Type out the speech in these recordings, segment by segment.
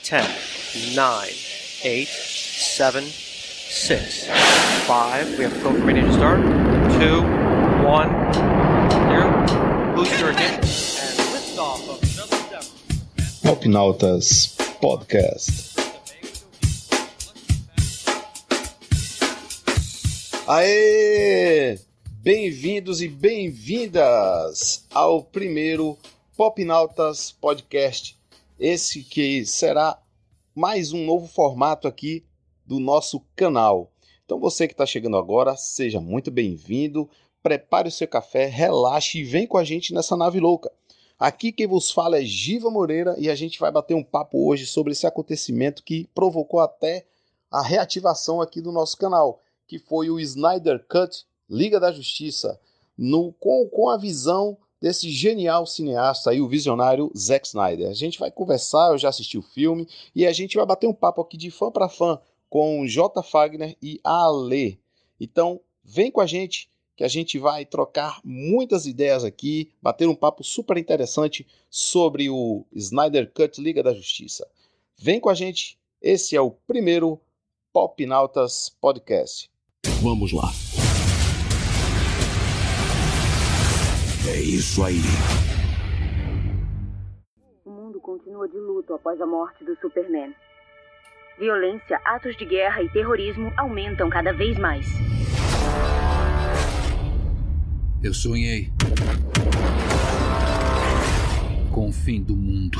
10, 9, 8, 7, 6, 5. We have go ready to start. 2, 1, 0. Boost your ignition and lift off of another step. Popnautas Podcast. Aê! Bem-vindos e bem-vindas ao primeiro Popnautas Podcast. Esse que será mais um novo formato aqui do nosso canal. Então você que está chegando agora, seja muito bem-vindo, prepare o seu café, relaxe e vem com a gente nessa nave louca. Aqui quem vos fala é Giva Moreira e a gente vai bater um papo hoje sobre esse acontecimento que provocou até a reativação aqui do nosso canal, que foi o Snyder Cut, Liga da Justiça, com a visão desse genial cineasta aí, o visionário Zack Snyder. A gente vai conversar, eu já assisti o filme, e a gente vai bater um papo aqui de fã para fã com J. Fagner e a Ale. Então, vem com a gente, que a gente vai trocar muitas ideias aqui, bater um papo super interessante sobre o Snyder Cut Liga da Justiça. Vem com a gente, esse é o primeiro Popnautas Podcast. Vamos lá. É isso aí. O mundo continua de luto após a morte do Superman. Violência, atos de guerra e terrorismo aumentam cada vez mais. Eu sonhei com o fim do mundo.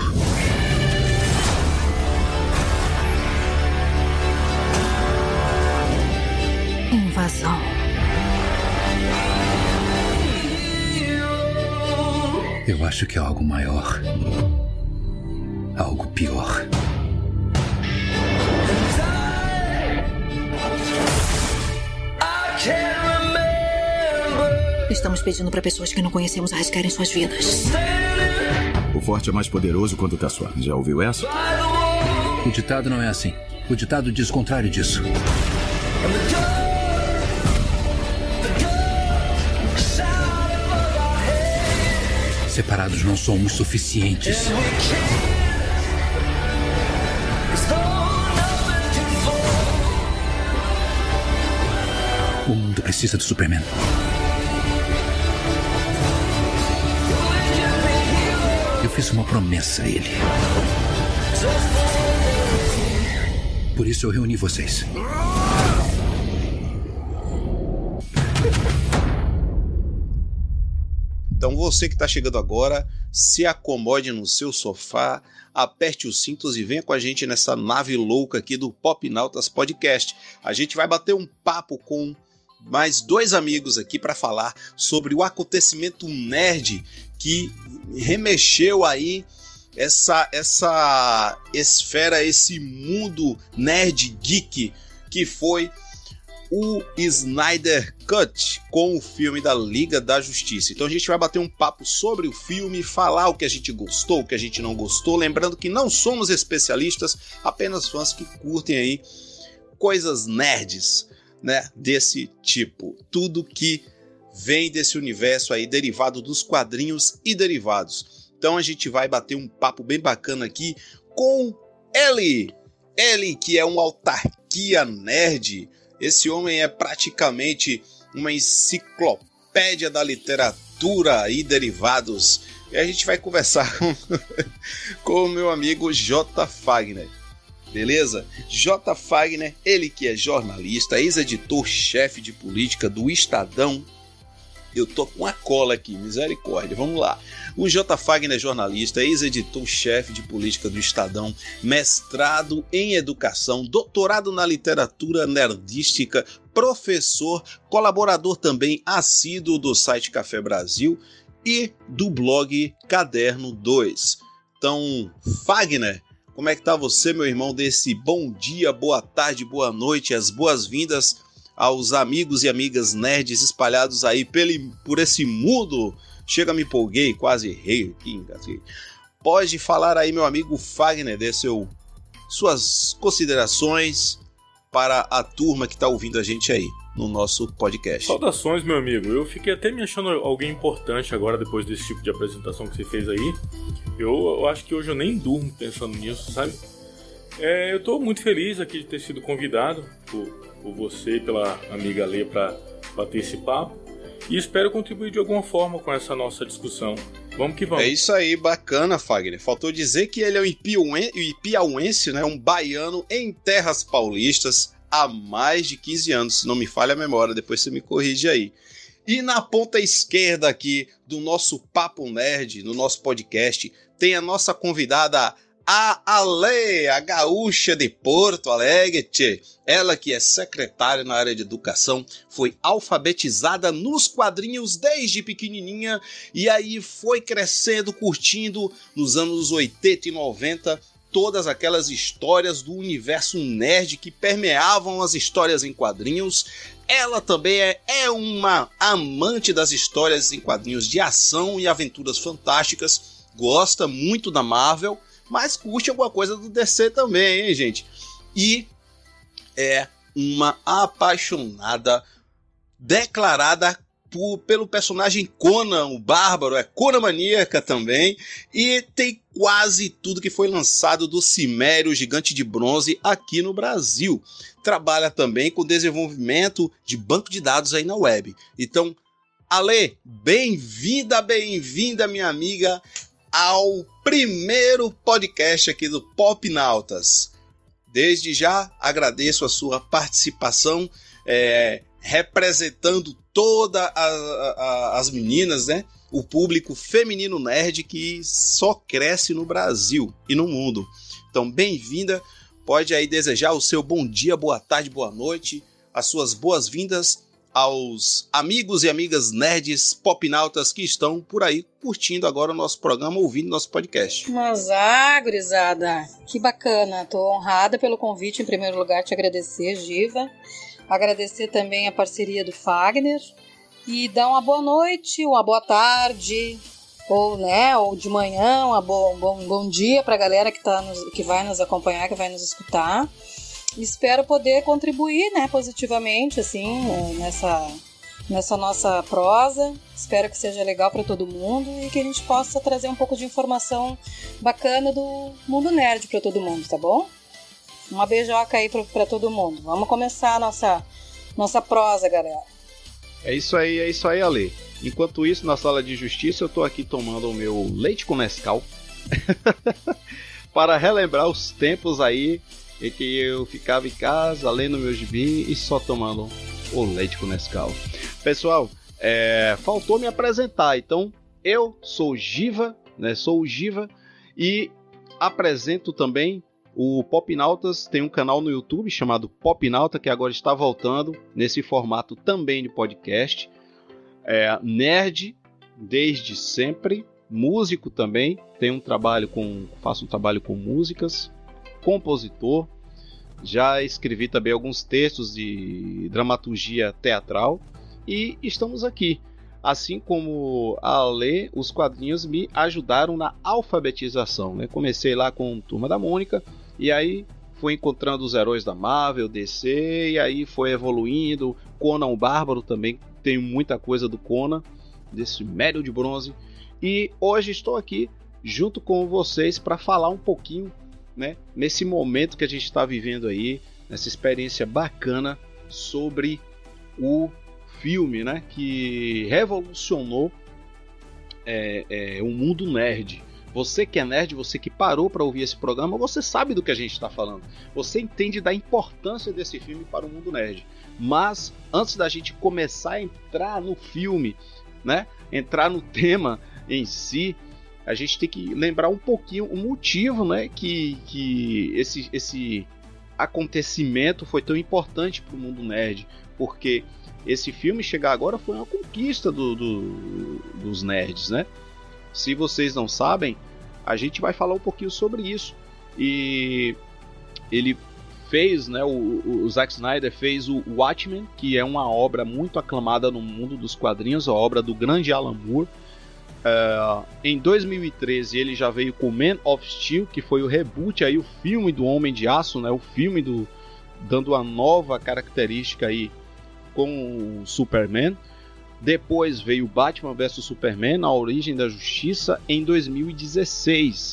Invasão. Eu acho que é algo maior. Algo pior. Estamos pedindo para pessoas que não conhecemos arriscarem suas vidas. O forte é mais poderoso quando tá só. Já ouviu essa? O ditado não é assim. O ditado diz o contrário disso. Separados não somos suficientes. O mundo precisa do Superman. Eu fiz uma promessa a ele. Por isso eu reuni vocês. Então você que está chegando agora, se acomode no seu sofá, aperte os cintos e venha com a gente nessa nave louca aqui do Popnautas Podcast. A gente vai bater um papo com mais dois amigos aqui para falar sobre o acontecimento nerd que remexeu aí essa esfera, esse mundo nerd geek que foi o Snyder Cut com o filme da Liga da Justiça. Então a gente vai bater um papo sobre o filme, falar o que a gente gostou, o que a gente não gostou, lembrando que não somos especialistas, apenas fãs que curtem aí coisas nerds, né, desse tipo. Tudo que vem desse universo aí, derivado dos quadrinhos e derivados. Então a gente vai bater um papo bem bacana aqui com ele que é um autarquia nerd. Esse homem é praticamente uma enciclopédia da literatura e derivados. E a gente vai conversar com o meu amigo J. Fagner. Beleza? J. Fagner, ele que é jornalista, ex-editor-chefe de política do Estadão. Eu tô com a cola aqui, misericórdia, vamos lá. O J. Fagner é jornalista, ex-editor-chefe de política do Estadão, mestrado em educação, doutorado na literatura nerdística, professor, colaborador também assíduo do site Café Brasil e do blog Caderno 2. Então, Fagner, como é que tá você, meu irmão, desse bom dia, boa tarde, boa noite, as boas-vindas aos amigos e amigas nerds espalhados aí por esse mundo. Chega, me empolguei, quase errei aqui, engasguei. Pode falar aí, meu amigo Fagner, dê suas considerações para a turma que está ouvindo a gente aí no nosso podcast. Saudações, meu amigo. Eu fiquei até me achando alguém importante agora, depois desse tipo de apresentação que você fez aí. Eu acho que hoje eu nem durmo pensando nisso, sabe? Eu estou muito feliz aqui de ter sido convidado por você e pela amiga Lê para bater esse papo. E espero contribuir de alguma forma com essa nossa discussão. Vamos que vamos. É isso aí, bacana, Fagner. Faltou dizer que ele é um ipiauense, né? Um baiano em terras paulistas há mais de 15 anos, se não me falha a memória, depois você me corrige aí. E na ponta esquerda aqui do nosso Papo Nerd, no nosso podcast, tem a nossa convidada, a Ale, a gaúcha de Porto Alegre, tchê. Ela que é secretária na área de educação, foi alfabetizada nos quadrinhos desde pequenininha e aí foi crescendo, curtindo nos anos 80 e 90 todas aquelas histórias do universo nerd que permeavam as histórias em quadrinhos. Ela também é uma amante das histórias em quadrinhos de ação e aventuras fantásticas, gosta muito da Marvel, mas curte alguma coisa do DC também, hein, gente? E é uma apaixonada, declarada pelo personagem Conan, o Bárbaro, é Conan maníaca também, e tem quase tudo que foi lançado do Cimério Gigante de Bronze aqui no Brasil. Trabalha também com desenvolvimento de banco de dados aí na web. Então, Ale, bem-vinda, minha amiga, ao primeiro podcast aqui do Popnautas. Desde já agradeço a sua participação, representando todas as meninas, né? O público feminino nerd que só cresce no Brasil e no mundo. Então, bem-vinda. Pode aí desejar o seu bom dia, boa tarde, boa noite, as suas boas-vindas aos amigos e amigas nerds popnautas que estão por aí curtindo agora o nosso programa, ouvindo nosso podcast. Mas, gurizada, que bacana. Tô honrada pelo convite, em primeiro lugar, te agradecer, Giva. Agradecer também a parceria do Fagner e dar uma boa noite, uma boa tarde, ou de manhã, bom dia para a galera que vai nos acompanhar, que vai nos escutar. Espero poder contribuir, né, positivamente, assim, nessa nossa prosa. Espero que seja legal para todo mundo e que a gente possa trazer um pouco de informação bacana do mundo nerd para todo mundo, tá bom? Uma beijoca aí pra todo mundo. Vamos começar a nossa prosa, galera. É isso aí, Ale. Enquanto isso, na sala de justiça, eu tô aqui tomando o meu leite com Nescau para relembrar os tempos aí em que eu ficava em casa, lendo meu gibi e só tomando o leite com Nescau. Pessoal, faltou me apresentar. Então, eu sou Giva, né? Sou o Giva e apresento também o Popnautas. Tem um canal no YouTube chamado Popnauta, que agora está voltando nesse formato também de podcast. Nerd desde sempre, músico também, faço um trabalho com músicas, compositor, já escrevi também alguns textos de dramaturgia teatral e estamos aqui. Assim como a Ale, os quadrinhos me ajudaram na alfabetização, né? Comecei lá com Turma da Mônica e aí fui encontrando os heróis da Marvel, DC, e aí foi evoluindo. Conan o Bárbaro também, tem muita coisa do Conan, desse Cimério de Bronze. E hoje estou aqui junto com vocês para falar um pouquinho, né, nesse momento que a gente está vivendo aí, nessa experiência bacana sobre o filme, né, que revolucionou o mundo nerd. Você que é nerd, você que parou para ouvir esse programa, você sabe do que a gente está falando. Você entende da importância desse filme para o mundo nerd. Mas antes da gente começar a entrar no filme, né, entrar no tema em si, a gente tem que lembrar um pouquinho o motivo, né, que esse acontecimento foi tão importante para o mundo nerd. Porque esse filme chegar agora foi uma conquista dos nerds, né? Se vocês não sabem, a gente vai falar um pouquinho sobre isso. E ele fez, né, o Zack Snyder fez o Watchmen, que é uma obra muito aclamada no mundo dos quadrinhos, a obra do grande Alan Moore. Em 2013 ele já veio com Man of Steel, que foi o reboot, aí, o filme do Homem de Aço, né, o filme dando uma nova característica aí com o Superman. Depois veio Batman vs Superman, A Origem da Justiça, em 2016.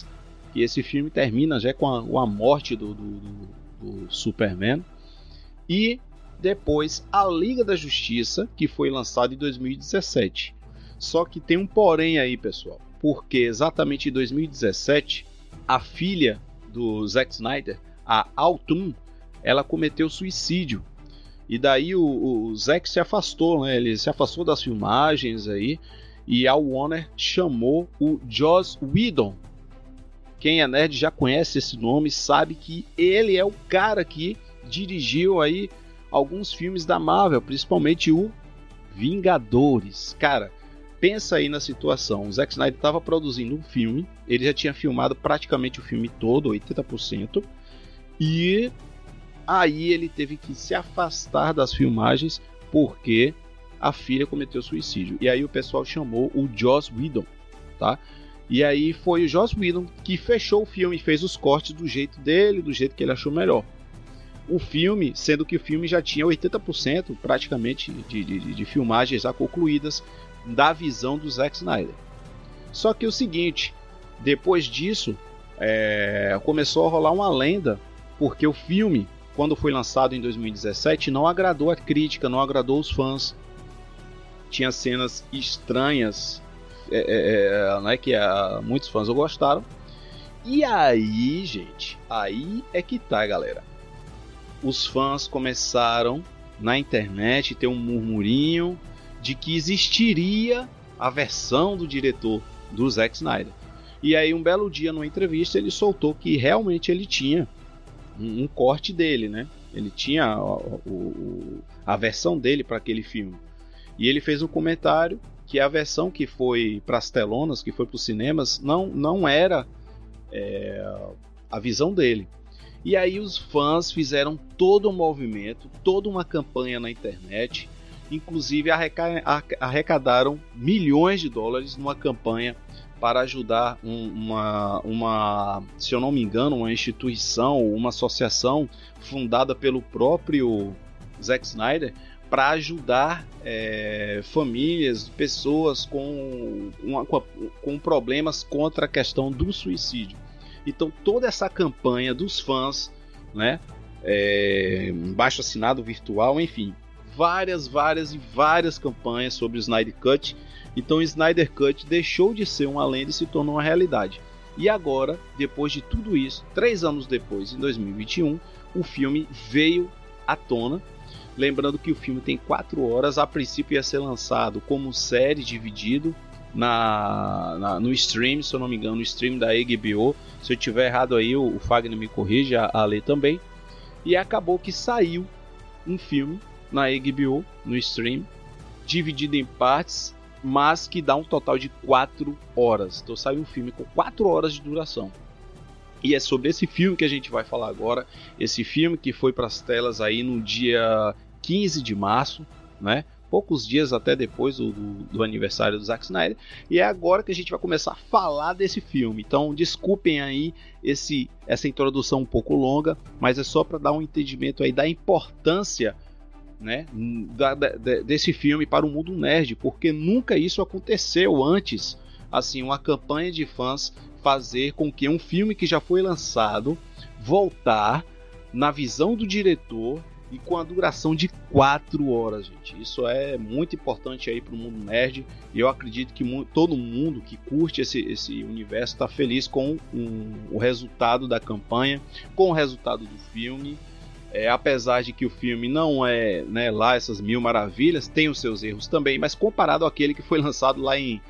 que esse filme termina já com a morte do Superman. E depois a Liga da Justiça, que foi lançado em 2017. Só que tem um porém aí, pessoal, porque exatamente em 2017 a filha do Zack Snyder, a Autumn, ela cometeu suicídio. E daí o Zack se afastou, né? Ele se afastou das filmagens aí, e a Warner chamou o Joss Whedon. Quem é nerd já conhece esse nome, sabe que ele é o cara que dirigiu aí alguns filmes da Marvel, principalmente o Vingadores. Cara, pensa aí na situação. O Zack Snyder estava produzindo um filme, ele já tinha filmado praticamente o filme todo, 80%, e aí ele teve que se afastar das filmagens porque a filha cometeu suicídio. E aí o pessoal chamou o Joss Whedon, tá? E aí foi o Joss Whedon que fechou o filme e fez os cortes do jeito dele, do jeito que ele achou melhor. O filme, sendo que o filme já tinha 80% praticamente de filmagens já concluídas da visão do Zack Snyder. Só que o seguinte, depois disso começou a rolar uma lenda, porque o filme, quando foi lançado em 2017, não agradou a crítica, não agradou os fãs. Tinha cenas estranhas, né, que muitos fãs não gostaram. E aí, gente, aí é que tá, galera. Os fãs começaram na internet ter um murmurinho de que existiria a versão do diretor do Zack Snyder. E aí um belo dia, numa entrevista, ele soltou que realmente ele tinha um corte dele, né? Ele tinha a versão dele para aquele filme. E ele fez um comentário que a versão que foi para as telonas, que foi para os cinemas, não era a visão dele. E aí os fãs fizeram todo um movimento, toda uma campanha na internet, inclusive arrecadaram milhões de dólares numa campanha para ajudar se eu não me engano, uma instituição, uma associação fundada pelo próprio Zack Snyder para ajudar famílias, pessoas com problemas contra a questão do suicídio. Então toda essa campanha dos fãs, né, baixo assinado virtual, enfim, várias campanhas sobre o Snyder Cut. Então o Snyder Cut deixou de ser uma lenda e se tornou uma realidade. E agora, depois de tudo isso, 3 anos depois, em 2021, o filme veio à tona. Lembrando que o filme tem 4 horas, a princípio ia ser lançado como série dividido no stream, se eu não me engano, no stream da HBO. Se eu tiver errado aí, o Fagner me corrige, a Lê também. E acabou que saiu um filme na HBO, no stream, dividido em partes, mas que dá um total de 4 horas. Então saiu um filme com 4 horas de duração. E é sobre esse filme que a gente vai falar agora. Esse filme que foi para as telas aí no dia 15 de março, né? Poucos dias até depois do aniversário do Zack Snyder. E é agora que a gente vai começar a falar desse filme. Então desculpem aí essa introdução um pouco longa, mas é só para dar um entendimento aí da importância, né, desse filme para o mundo nerd, porque nunca isso aconteceu antes. Assim, uma campanha de fãs fazer com que um filme que já foi lançado voltar na visão do diretor e com a duração de 4 horas, gente. Isso é muito importante aí para o mundo nerd, e eu acredito que todo mundo que curte esse universo está feliz com o resultado da campanha, com o resultado do filme. Apesar de que o filme não é, né, lá essas mil maravilhas, tem os seus erros também, mas comparado àquele que foi lançado lá em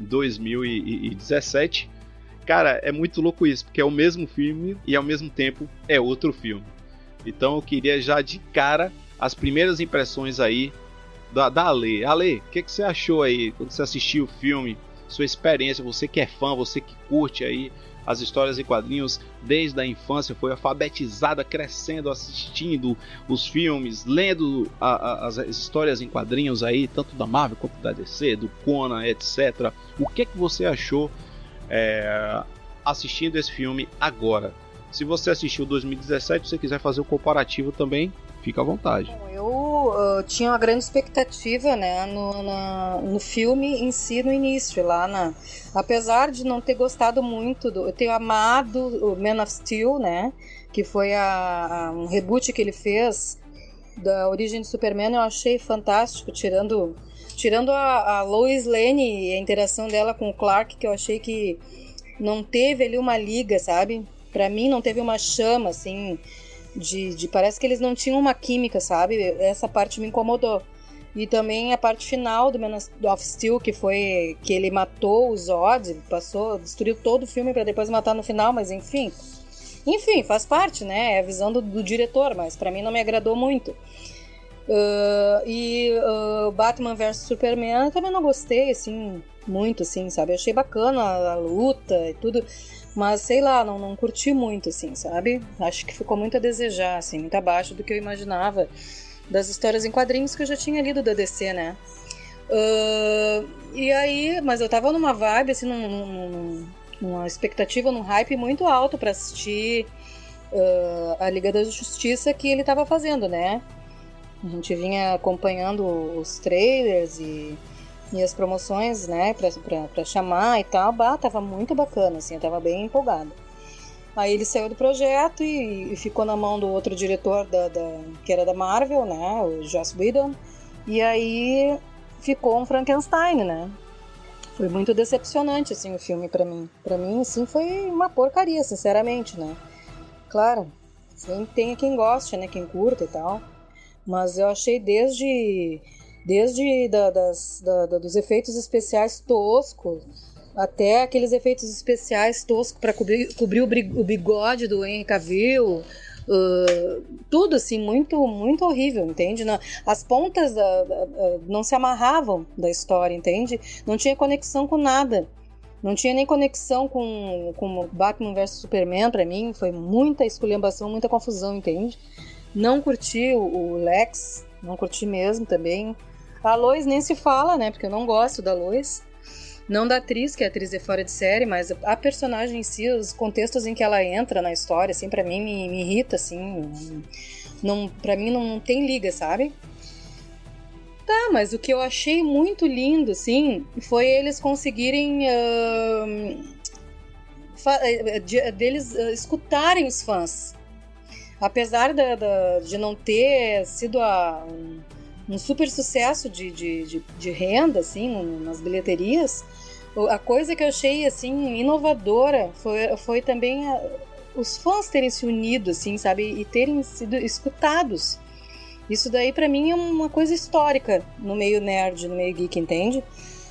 2017, cara, é muito louco isso, porque é o mesmo filme e ao mesmo tempo é outro filme. Então eu queria já de cara as primeiras impressões aí da Ale. Ale, o que você achou aí quando você assistiu o filme? Sua experiência, você que é fã, você que curte aí as histórias em quadrinhos desde a infância, foi alfabetizada, crescendo, assistindo os filmes, lendo as histórias em quadrinhos aí, tanto da Marvel quanto da DC, do Conan, etc. O que você achou assistindo esse filme agora? Se você assistiu 2017, se você quiser fazer o comparativo também, fica à vontade. Eu tinha uma grande expectativa, né, no filme em si, no início, apesar de não ter gostado muito, eu tenho amado o Man of Steel, né, que foi um reboot que ele fez da origem do Superman. Eu achei fantástico, tirando a Lois Lane e a interação dela com o Clark, que eu achei que não teve ali uma liga, sabe? Pra mim não teve uma chama, assim, parece que eles não tinham uma química, sabe? Essa parte me incomodou. E também a parte final do Man of Steel, que foi que ele matou o Zod, destruiu todo o filme pra depois matar no final, mas enfim, faz parte, né? É a visão do diretor, mas pra mim não me agradou muito. Batman vs Superman eu também não gostei, assim, muito, assim, sabe? Eu achei bacana a luta e tudo, mas sei lá, não curti muito, assim, sabe? Acho que ficou muito a desejar, assim, muito abaixo do que eu imaginava das histórias em quadrinhos que eu já tinha lido da DC, né? E aí, mas eu tava numa vibe, assim, numa expectativa, num hype muito alto pra assistir a Liga da Justiça que ele tava fazendo, né? A gente vinha acompanhando os trailers e as promoções, né, pra chamar e tal. Tava muito bacana, assim, eu tava bem empolgada. Aí ele saiu do projeto e ficou na mão do outro diretor que era da Marvel, né, o Joss Whedon. E aí ficou um Frankenstein, né. Foi muito decepcionante, assim, o filme pra mim. Pra mim, assim, foi uma porcaria, sinceramente, né. Claro, tem quem goste, né, quem curta e tal. Mas eu achei desde dos efeitos especiais toscos até aqueles efeitos especiais toscos para cobrir o bigode do Henry Cavill, tudo assim muito muito horrível, entende? As pontas não se amarravam da história, entende? Não tinha conexão com nada. Não tinha nem conexão com Batman vs Superman. Para mim foi muita esculhambação, muita confusão, entende? Não curti o Lex, não curti mesmo também. A Lois nem se fala, né? Porque eu não gosto da Lois. Não da atriz, que a atriz é fora de série, mas a personagem em si, os contextos em que ela entra na história, assim, pra mim me irrita, assim. Pra mim não tem liga, sabe? Tá, mas o que eu achei muito lindo, assim, foi eles conseguirem deles escutarem os fãs. Apesar de não ter sido um super sucesso de renda, assim, nas bilheterias, a coisa que eu achei, assim, inovadora foi também os fãs terem se unido, assim, sabe, e terem sido escutados. Isso daí, pra mim, é uma coisa histórica no meio nerd, no meio geek, entende?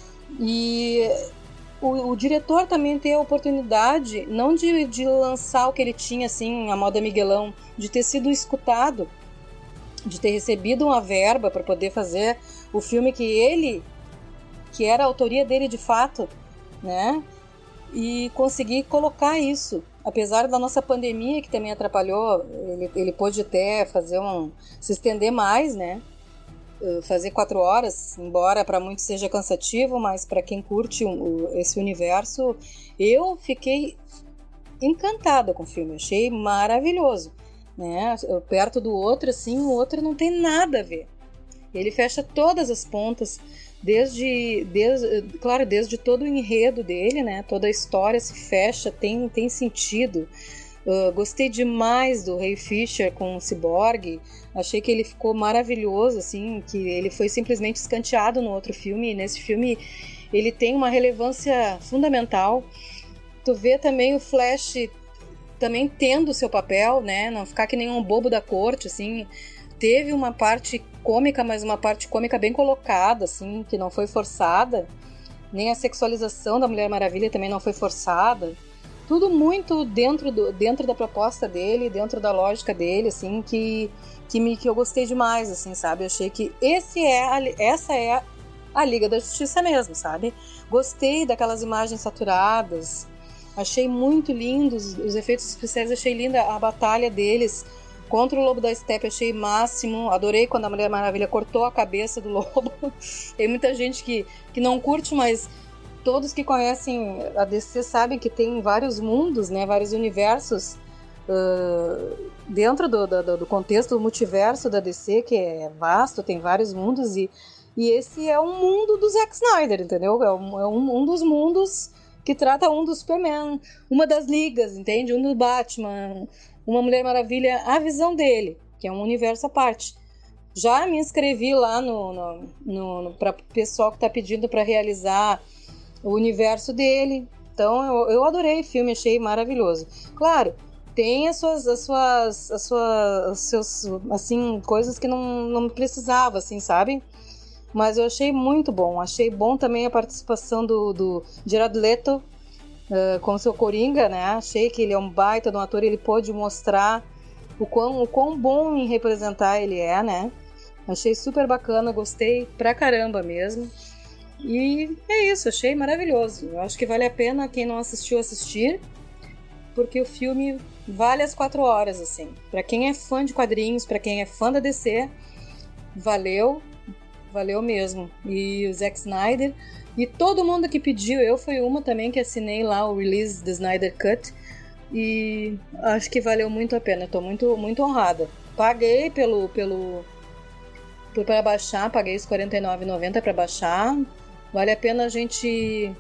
E o diretor também ter a oportunidade, não de lançar o que ele tinha, assim, a moda Miguelão, de ter sido escutado, de ter recebido uma verba para poder fazer o filme que era a autoria dele de fato, né? E conseguir colocar isso. Apesar da nossa pandemia, que também atrapalhou, ele pôde até se estender mais, né? Fazer 4 horas, embora para muitos seja cansativo, mas para quem curte esse universo, eu fiquei encantada com o filme, achei maravilhoso, né? Perto do outro, assim, o outro não tem nada a ver. Ele fecha todas as pontas, desde todo o enredo dele, né? Toda a história se fecha, tem sentido. Gostei demais do Ray Fisher com o Cyborg. Achei que ele ficou maravilhoso, assim, que ele foi simplesmente escanteado no outro filme. E nesse filme ele tem uma relevância fundamental. Tu vê também o Flash também tendo o seu papel, né? Não ficar que nem um bobo da corte, assim. Teve uma parte cômica, mas uma parte cômica bem colocada, assim, que não foi forçada. Nem a sexualização da Mulher Maravilha também não foi forçada. Tudo muito dentro da proposta dele, dentro da lógica dele, assim, que eu gostei demais, assim, sabe? Eu achei que essa é a Liga da Justiça mesmo, sabe? Gostei daquelas imagens saturadas, achei muito lindos os efeitos especiais, achei linda a batalha deles contra o Lobo da Steppe, achei máximo. Adorei quando a Mulher Maravilha cortou a cabeça do lobo. Tem muita gente que não curte, mas todos que conhecem a DC sabem que tem vários mundos, né, vários universos dentro do contexto do multiverso da DC, que é vasto, tem vários mundos, e esse é um mundo do Zack Snyder, entendeu? É um dos mundos que trata um do Superman, uma das ligas, entende? Um do Batman, uma Mulher Maravilha, a visão dele, que é um universo à parte. Já me inscrevi lá para o pessoal que está pedindo para realizar o universo dele. Então eu adorei o filme, achei maravilhoso. Claro, tem as suas assim, coisas que não precisava, assim, sabe? Mas eu achei muito bom. Achei bom também a participação do Jared Leto com seu Coringa, né? Achei que ele é um baita de um ator, ele pôde mostrar o quão bom em representar ele é, né? Achei super bacana, gostei pra caramba mesmo. E é isso, achei maravilhoso. Eu acho que vale a pena quem não assistiu assistir, porque o filme vale as 4 horas, assim. Pra quem é fã de quadrinhos, pra quem é fã da DC, valeu mesmo. E o Zack Snyder e todo mundo que pediu, eu fui uma também que assinei lá o release do Snyder Cut, e acho que valeu muito a pena. Eu tô muito, muito honrada. Paguei para baixar, paguei os R$ 49,90 para baixar. Vale a pena a gente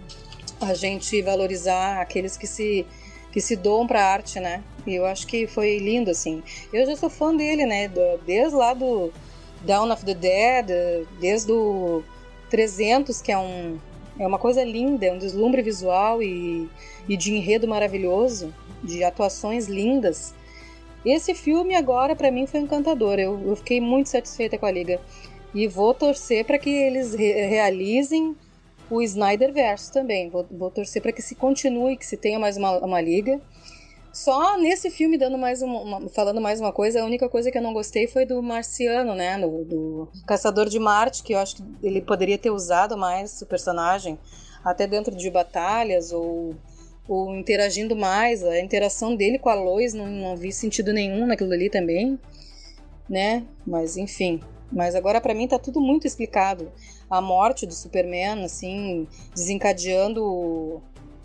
valorizar aqueles que se doam para arte, né? E eu acho que foi lindo, assim. Eu já sou fã dele, né? Desde lá do Dawn of the Dead, desde o 300, que é uma coisa linda, é um deslumbre visual e de enredo maravilhoso, de atuações lindas. Esse filme agora, pra mim, foi encantador. Eu fiquei muito satisfeita com a Liga. E vou torcer para que eles realizem o Snyderverse também. Vou torcer para que se continue, que se tenha mais uma Liga. Só nesse filme, falando mais uma coisa, a única coisa que eu não gostei foi do Marciano, né? Do Caçador de Marte, que eu acho que ele poderia ter usado mais o personagem, até dentro de batalhas, ou interagindo mais. A interação dele com a Lois, não vi sentido nenhum naquilo ali também, né? Mas enfim. Mas agora pra mim tá tudo muito explicado. A morte do Superman, assim, desencadeando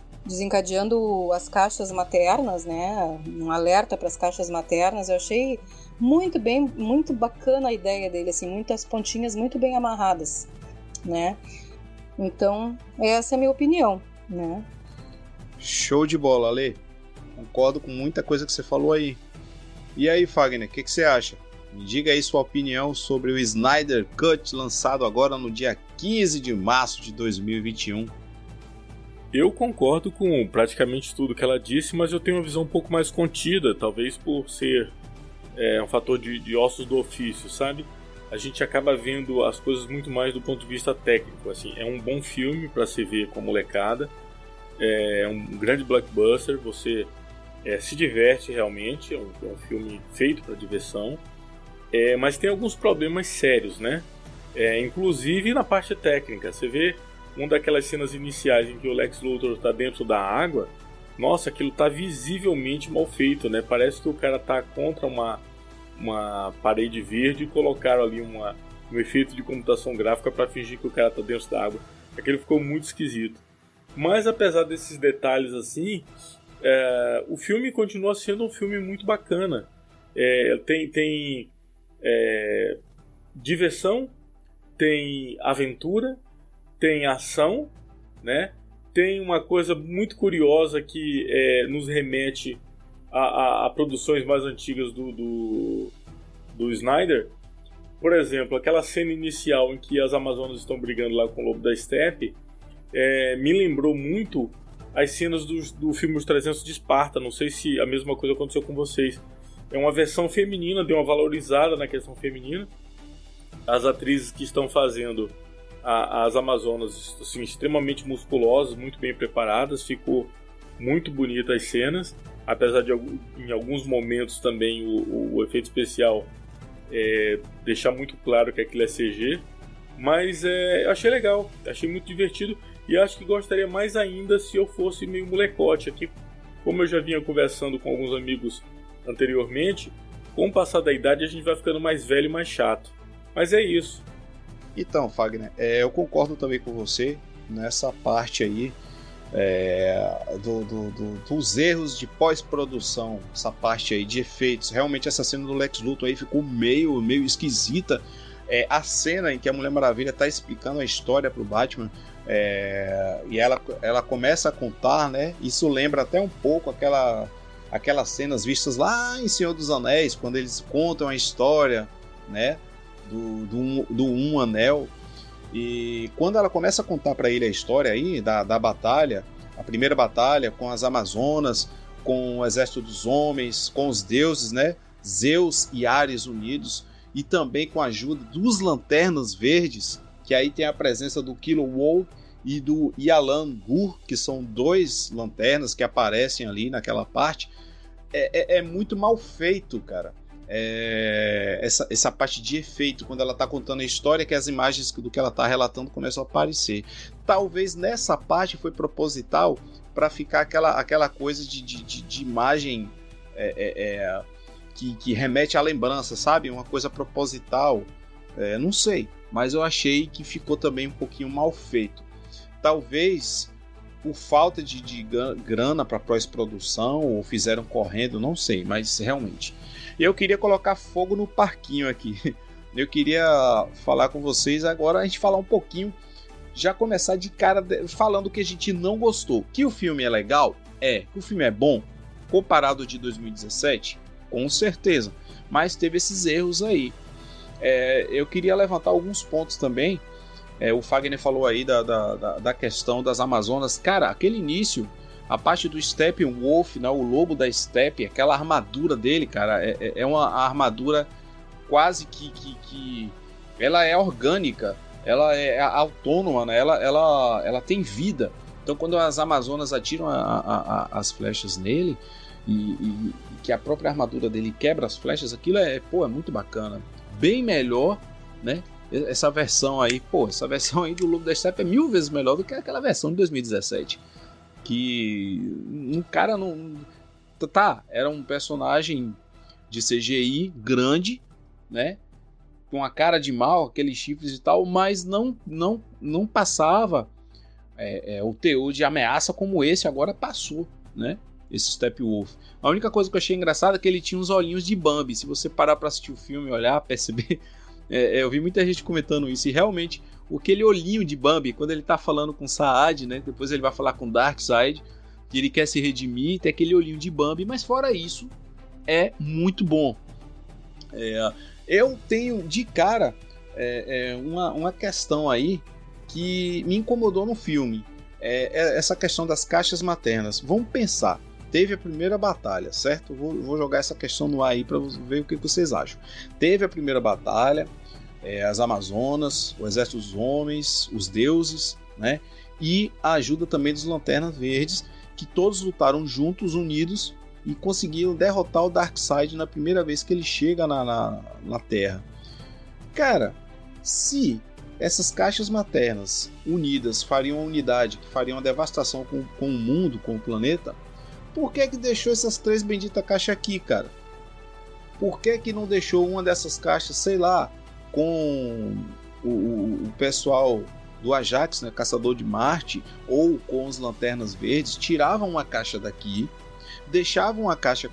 as caixas maternas, né? Um alerta para as caixas maternas. Eu achei muito bacana a ideia dele, assim, muitas pontinhas muito bem amarradas, né? Então, essa é a minha opinião, né? Show de bola, Ale. Concordo com muita coisa que você falou aí. E aí, Fagner, o que você acha? Me diga aí sua opinião sobre o Snyder Cut, lançado agora no dia 15 de março de 2021. Eu concordo com praticamente tudo que ela disse, mas eu tenho uma visão um pouco mais contida, talvez por ser um fator de ossos do ofício, sabe? A gente acaba vendo as coisas muito mais do ponto de vista técnico. Assim, é um bom filme para se ver com a molecada, é um grande blockbuster, você se diverte realmente, é um filme feito para diversão, mas tem alguns problemas sérios, né? Inclusive na parte técnica. Você vê uma daquelas cenas iniciais em que o Lex Luthor está dentro da água, nossa, aquilo está visivelmente mal feito, né? Parece que o cara está contra uma parede verde e colocaram ali um efeito de computação gráfica para fingir que o cara está dentro da água. Aquilo ficou muito esquisito. Mas apesar desses detalhes assim, o filme continua sendo um filme muito bacana. Tem diversão, tem aventura, tem ação, né? Tem uma coisa muito curiosa que nos remete a produções mais antigas do Snyder. Por exemplo, aquela cena inicial em que as Amazonas estão brigando lá com o Lobo da Steppe, me lembrou muito as cenas do filme Os 300 de Esparta. Não sei se a mesma coisa aconteceu com vocês. É uma versão feminina, deu uma valorizada na questão feminina. As atrizes que estão fazendo as Amazonas, assim, extremamente musculosas, muito bem preparadas, ficou muito bonita as cenas, apesar de em alguns momentos também o efeito especial deixar muito claro que aquilo é CG, mas eu achei legal, achei muito divertido, e acho que gostaria mais ainda se eu fosse meio molecote aqui, como eu já vinha conversando com alguns amigos anteriormente. Com o passar da idade a gente vai ficando mais velho e mais chato, mas é isso. Então, Fagner, eu concordo também com você nessa parte aí dos erros de pós-produção, essa parte aí de efeitos. Realmente essa cena do Lex Luthor aí ficou meio esquisita. A cena em que a Mulher Maravilha está explicando a história pro Batman, e ela começa a contar, né? Isso lembra até um pouco aquelas cenas vistas lá em Senhor dos Anéis, quando eles contam a história, né, do Um Anel. E quando ela começa a contar para ele a história aí da batalha, a primeira batalha com as Amazonas, com o exército dos homens, com os deuses, né, Zeus e Ares unidos, e também com a ajuda dos Lanternas Verdes, que aí tem a presença do Kilowog e do Yalan Gur, que são 2 lanternas que aparecem ali naquela parte. É muito mal feito, cara. Essa parte de efeito, quando ela tá contando a história, que as imagens do que ela tá relatando começam a aparecer. Talvez nessa parte foi proposital para ficar aquela coisa de imagem que remete à lembrança, sabe? Uma coisa proposital. Não sei, mas eu achei que ficou também um pouquinho mal feito. Talvez por falta de grana para pós-produção, ou fizeram correndo, não sei, mas realmente. Eu queria colocar fogo no parquinho aqui. Eu queria falar com vocês agora, a gente falar um pouquinho, já começar de cara falando que a gente não gostou. Que o filme é legal? Que o filme é bom? Comparado ao de 2017? Com certeza. Mas teve esses erros aí. Eu queria levantar alguns pontos também. O Fagner falou aí da questão das Amazonas. Cara, aquele início, a parte do Steppenwolf, né, o lobo da Steppe, aquela armadura dele, cara, é uma armadura quase que ela é orgânica, ela é autônoma, né? Ela tem vida. Então quando as Amazonas atiram as flechas nele e que a própria armadura dele quebra as flechas, aquilo é muito bacana. Bem melhor, né? Essa versão aí do Lobo da Steppe é 1000 vezes melhor do que aquela versão de 2017. Que um cara não... era um personagem de CGI grande, né? Com a cara de mal, aqueles chifres e tal, mas não passava o teor de ameaça como esse agora passou, né? Esse Steppenwolf. A única coisa que eu achei engraçada é que ele tinha uns olhinhos de Bambi. Se você parar pra assistir o filme e olhar, perceber... eu vi muita gente comentando isso, e realmente aquele olhinho de Bambi, quando ele tá falando com Saad, né, depois ele vai falar com Darkseid, que ele quer se redimir, tem aquele olhinho de Bambi, mas fora isso, é muito bom. Eu tenho de cara uma questão aí que me incomodou no filme, essa questão das caixas maternas. Vamos pensar, teve a primeira batalha, certo? Vou jogar essa questão no ar aí para ver o que vocês acham. Teve a primeira batalha, as Amazonas, o exército dos homens, os deuses, né? E a ajuda também dos Lanternas Verdes, que todos lutaram juntos, unidos, e conseguiram derrotar o Darkseid na primeira vez que ele chega na Terra. Cara, se essas caixas maternas unidas fariam uma unidade, que fariam uma devastação com o mundo, com o planeta, por que deixou essas 3 benditas caixas aqui, cara? Por que não deixou uma dessas caixas, sei lá, com o pessoal do Ajax, né, Caçador de Marte, ou com os Lanternas Verdes? Tiravam uma caixa daqui, deixavam uma caixa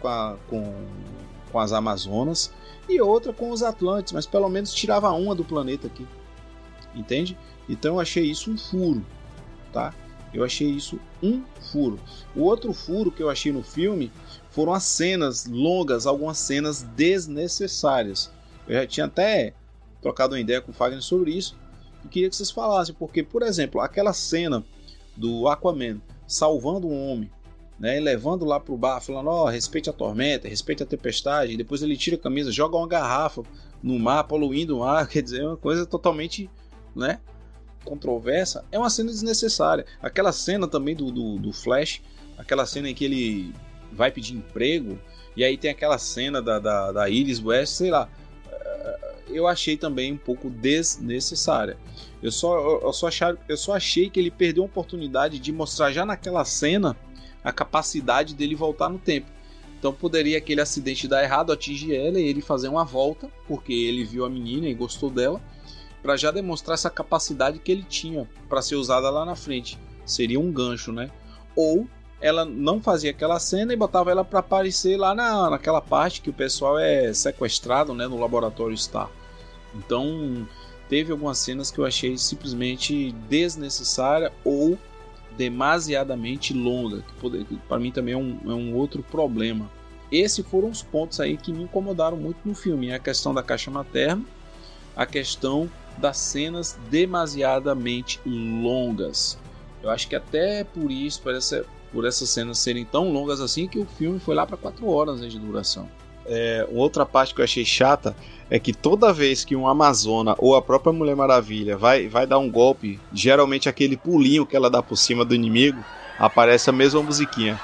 com as Amazonas e outra com os Atlantes, mas pelo menos tirava uma do planeta aqui, entende? Então eu achei isso um furo, tá? Eu achei isso um furo. O outro furo que eu achei no filme foram as cenas longas, algumas cenas desnecessárias. Eu já tinha até trocado uma ideia com o Fagner sobre isso e queria que vocês falassem, porque, por exemplo, aquela cena do Aquaman salvando um homem, né, e levando lá pro bar, falando, respeite a tormenta, respeite a tempestade, e depois ele tira a camisa, joga uma garrafa no mar, poluindo o mar, quer dizer, é uma coisa totalmente, né, controversa. É uma cena desnecessária. Aquela cena também do Flash, aquela cena em que ele vai pedir emprego, e aí tem aquela cena da Iris West, sei lá, eu achei também um pouco desnecessária. Eu só achei que ele perdeu a oportunidade de mostrar já naquela cena a capacidade dele voltar no tempo. Então poderia aquele acidente dar errado, atingir ela e ele fazer uma volta, porque ele viu a menina e gostou dela, para já demonstrar essa capacidade que ele tinha para ser usada lá na frente. Seria um gancho, né? ou ela não fazia aquela cena e botava ela para aparecer lá naquela parte que o pessoal é sequestrado, né, no laboratório Star. Então teve algumas cenas que eu achei simplesmente desnecessária ou demasiadamente longa, que para mim também é um outro problema. Esses foram os pontos aí que me incomodaram muito no filme, a questão da caixa materna, a questão das cenas demasiadamente longas. Eu acho que até por isso, por essas cenas serem tão longas assim, que o filme foi lá para 4 horas, né, de duração. Outra parte que eu achei chata é que toda vez que um Amazona ou a própria Mulher Maravilha vai dar um golpe, geralmente aquele pulinho que ela dá por cima do inimigo, aparece a mesma musiquinha.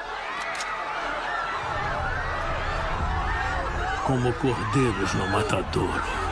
Como cordeiros no matadouro.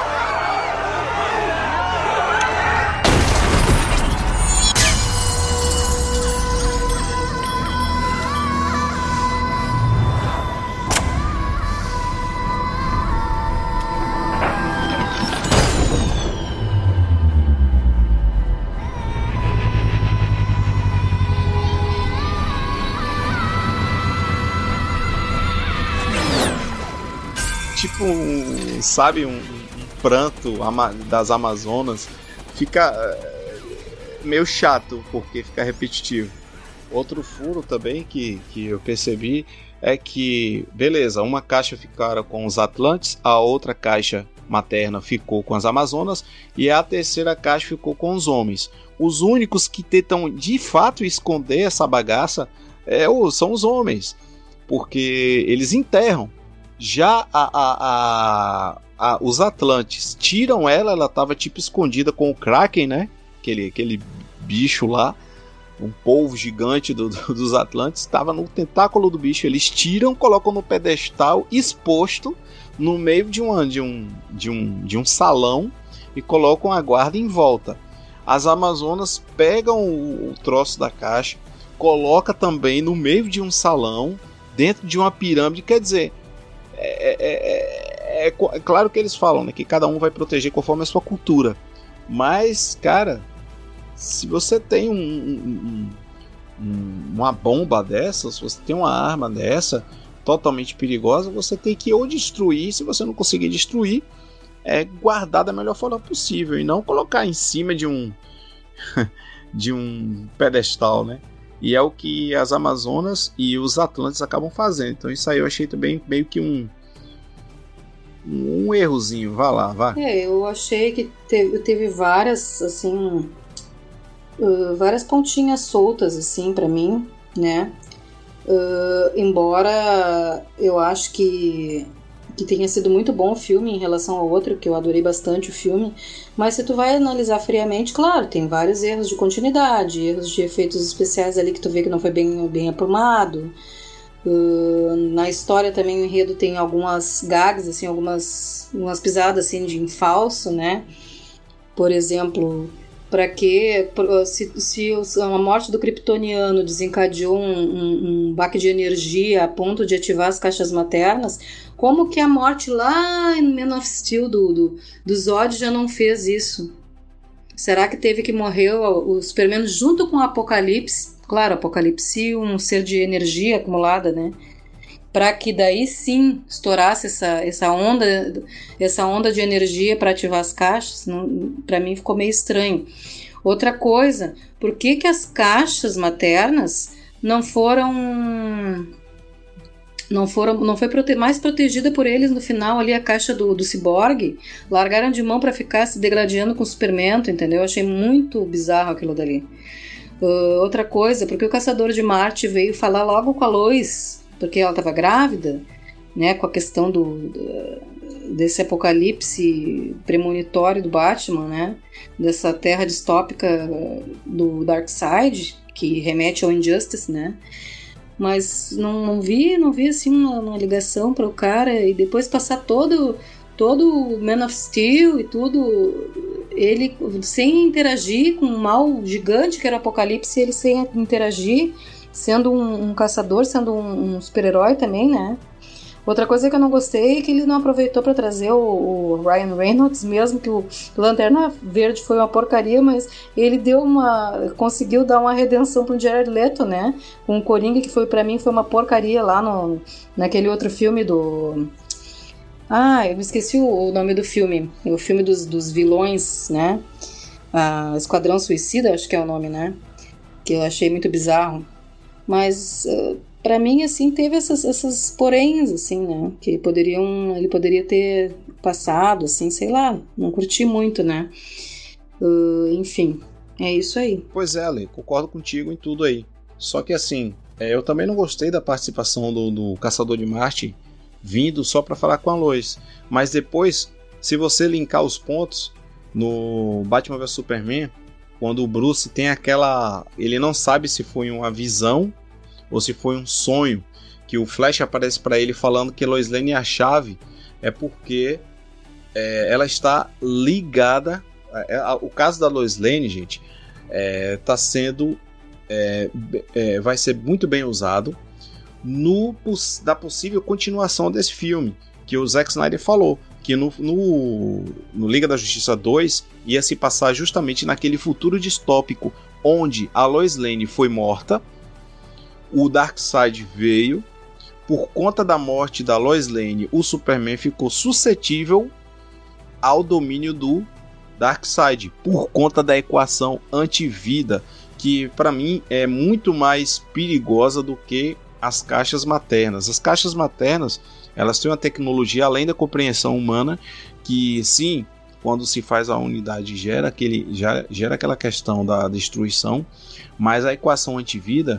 Tipo um pranto das Amazonas, fica meio chato porque fica repetitivo. Outro furo também que eu percebi é que, beleza, uma caixa ficaram com os Atlantes, a outra caixa materna ficou com as Amazonas e a terceira caixa ficou com os homens. Os únicos que tentam de fato esconder essa bagaça são os homens, porque eles enterram. Já os Atlantes tiram ela estava tipo escondida com o Kraken, né? Aquele bicho lá, um polvo gigante dos Atlantes, estava no tentáculo do bicho. Eles tiram, colocam no pedestal exposto no meio de um salão e colocam a guarda em volta. As Amazonas pegam o troço da caixa, coloca também no meio de um salão, dentro de uma pirâmide, quer dizer... É claro que eles falam, né, que cada um vai proteger conforme a sua cultura, mas, cara, se você tem uma bomba dessa, se você tem uma arma dessa totalmente perigosa, você tem que ou destruir, se você não conseguir destruir, guardar da melhor forma possível e não colocar em cima de um pedestal, né? E é o que as Amazonas e os Atlantes acabam fazendo. Então isso aí eu achei também meio que um errozinho. Vá lá. Eu achei que teve várias, assim, várias pontinhas soltas, assim, pra mim, né? Embora eu acho que tenha sido muito bom o filme em relação ao outro, que eu adorei bastante o filme, mas se tu vai analisar friamente, claro, tem vários erros de continuidade, erros de efeitos especiais ali que tu vê que não foi bem aprumado. Na história também o enredo tem algumas gags, assim, algumas pisadas assim, em falso, né? Por exemplo, para que se a morte do kryptoniano desencadeou um baque de energia a ponto de ativar as caixas maternas, como que a morte lá em Man of Steel do Zod já não fez isso? Será que teve que morrer o Superman junto com o Apocalipse? Claro, Apocalipse, um ser de energia acumulada, né? Para que daí sim estourasse essa onda de energia para ativar as caixas, para mim ficou meio estranho. Outra coisa, por que as caixas maternas não foi mais protegida por eles no final ali, a caixa do Cyborg? Largaram de mão para ficar se degradando com o Superman, entendeu? Eu achei muito bizarro aquilo dali. Outra coisa, porque o Caçador de Marte veio falar logo com a Lois, porque ela estava grávida, né, com a questão desse apocalipse premonitório do Batman, né, dessa terra distópica do Darkseid, que remete ao Injustice, né, mas não vi assim uma ligação para o cara, e depois passar todo o Man of Steel e tudo, ele sem interagir com um mal gigante que era o Apocalipse, ele sem interagir, sendo um caçador, sendo um super-herói também, né? Outra coisa que eu não gostei é que ele não aproveitou para trazer o Ryan Reynolds, mesmo que o Lanterna Verde foi uma porcaria, mas ele conseguiu dar uma redenção pro Jared Leto, né? Com o Coringa, que foi para mim foi uma porcaria lá naquele outro filme do... eu me esqueci o nome do filme. O filme dos vilões, né? Esquadrão Suicida, acho que é o nome, né? Que eu achei muito bizarro. Mas... pra mim, assim, teve essas poréns, assim, né? Que ele poderia ter passado, assim, sei lá. Não curti muito, né? Enfim, é isso aí. Pois é, Ale, concordo contigo em tudo aí. Só que, assim, eu também não gostei da participação do Caçador de Marte vindo só pra falar com a Lois. Mas depois, se você linkar os pontos no Batman vs Superman, quando o Bruce tem aquela... Ele não sabe se foi uma visão ou se foi um sonho, que o Flash aparece para ele falando que Lois Lane é a chave, é porque ela está ligada. O caso da Lois Lane, gente, está sendo vai ser muito bem usado da possível continuação desse filme, que o Zack Snyder falou que no Liga da Justiça 2 ia se passar justamente naquele futuro distópico onde a Lois Lane foi morta. O Darkseid veio. Por conta da morte da Lois Lane, o Superman ficou suscetível ao domínio do Darkseid, por conta da equação antivida, que para mim é muito mais perigosa do que as caixas maternas. As caixas maternas, elas têm uma tecnologia além da compreensão humana, que sim, quando se faz a unidade gera aquela questão da destruição, mas a equação antivida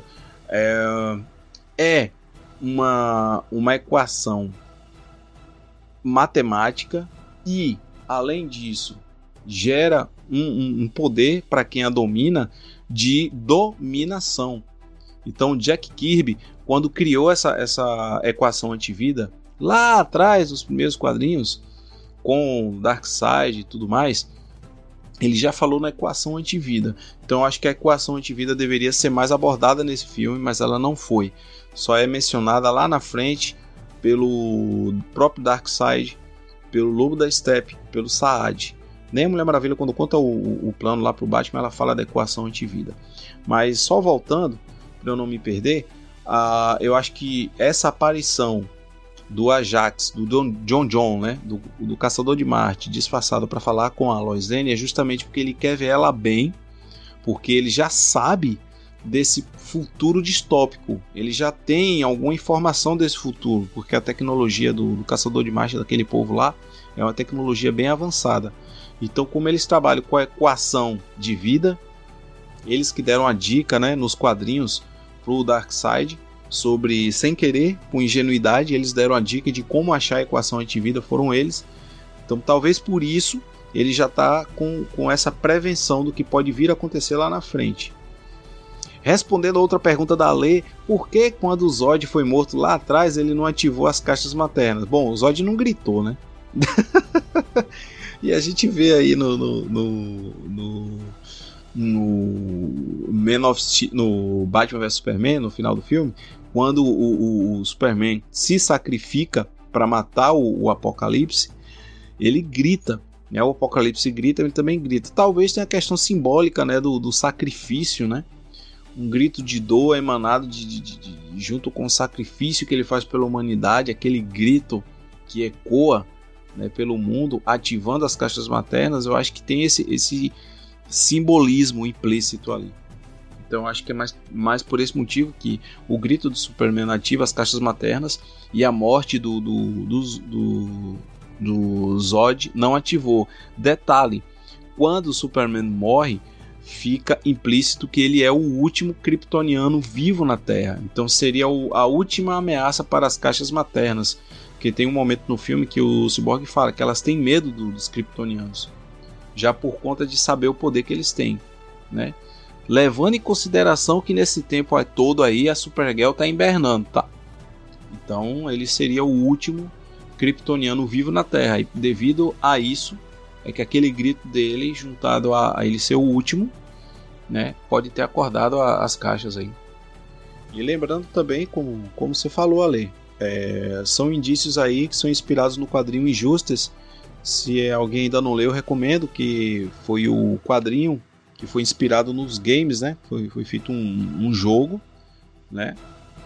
é uma equação matemática e, além disso, gera um poder para quem a domina de dominação. Então, Jack Kirby, quando criou essa equação antivida, lá atrás, nos primeiros quadrinhos, com Darkseid e tudo mais, ele já falou na equação antivida. Então eu acho que a equação antivida deveria ser mais abordada nesse filme, mas ela não foi. Só é mencionada lá na frente pelo próprio Darkseid, pelo Lobo da Steppe, pelo Saad. Nem a Mulher Maravilha, quando conta o plano lá pro Batman, ela fala da equação antivida. Mas só voltando, para eu não me perder, eu acho que essa aparição do Ajax, do John, né, do Caçador de Marte, disfarçado para falar com a Lois Lane, é justamente porque ele quer ver ela bem, porque ele já sabe desse futuro distópico, ele já tem alguma informação desse futuro, porque a tecnologia do Caçador de Marte, daquele povo lá, é uma tecnologia bem avançada. Então, como eles trabalham com a equação de vida, eles que deram a dica, né, nos quadrinhos pro Darkseid, sobre, sem querer, com ingenuidade, eles deram a dica de como achar a equação antivida, foram eles. Então talvez por isso ele já está com essa prevenção do que pode vir a acontecer lá na frente. Respondendo a outra pergunta da Lê, por que quando o Zod foi morto lá atrás ele não ativou as caixas maternas? Bom, o Zod não gritou, né? E a gente vê aí no Batman vs Superman, no final do filme, quando o Superman se sacrifica para matar o Apocalipse, ele grita, né? O Apocalipse grita, ele também grita. Talvez tenha a questão simbólica, né, do sacrifício, né? Um grito de dor emanado junto com o sacrifício que ele faz pela humanidade, aquele grito que ecoa, né, pelo mundo, ativando as caixas maternas. Eu acho que tem esse simbolismo implícito ali. Então acho que é mais por esse motivo que o grito do Superman ativa as caixas maternas e a morte do Zod não ativou. Detalhe, quando o Superman morre, fica implícito que ele é o último kryptoniano vivo na Terra. Então seria a última ameaça para as caixas maternas, porque tem um momento no filme que o Cyborg fala que elas têm medo dos kryptonianos, já por conta de saber o poder que eles têm, né? Levando em consideração que nesse tempo todo aí a Supergirl está hibernando, tá? Então ele seria o último kryptoniano vivo na Terra, e devido a isso é que aquele grito dele, juntado a ele ser o último, né, pode ter acordado as caixas aí. E lembrando também, como você falou, Ale, são indícios aí que são inspirados no quadrinho Injustice. Se alguém ainda não leu, eu recomendo, que foi o quadrinho que foi inspirado nos games, né? Foi feito um jogo, né?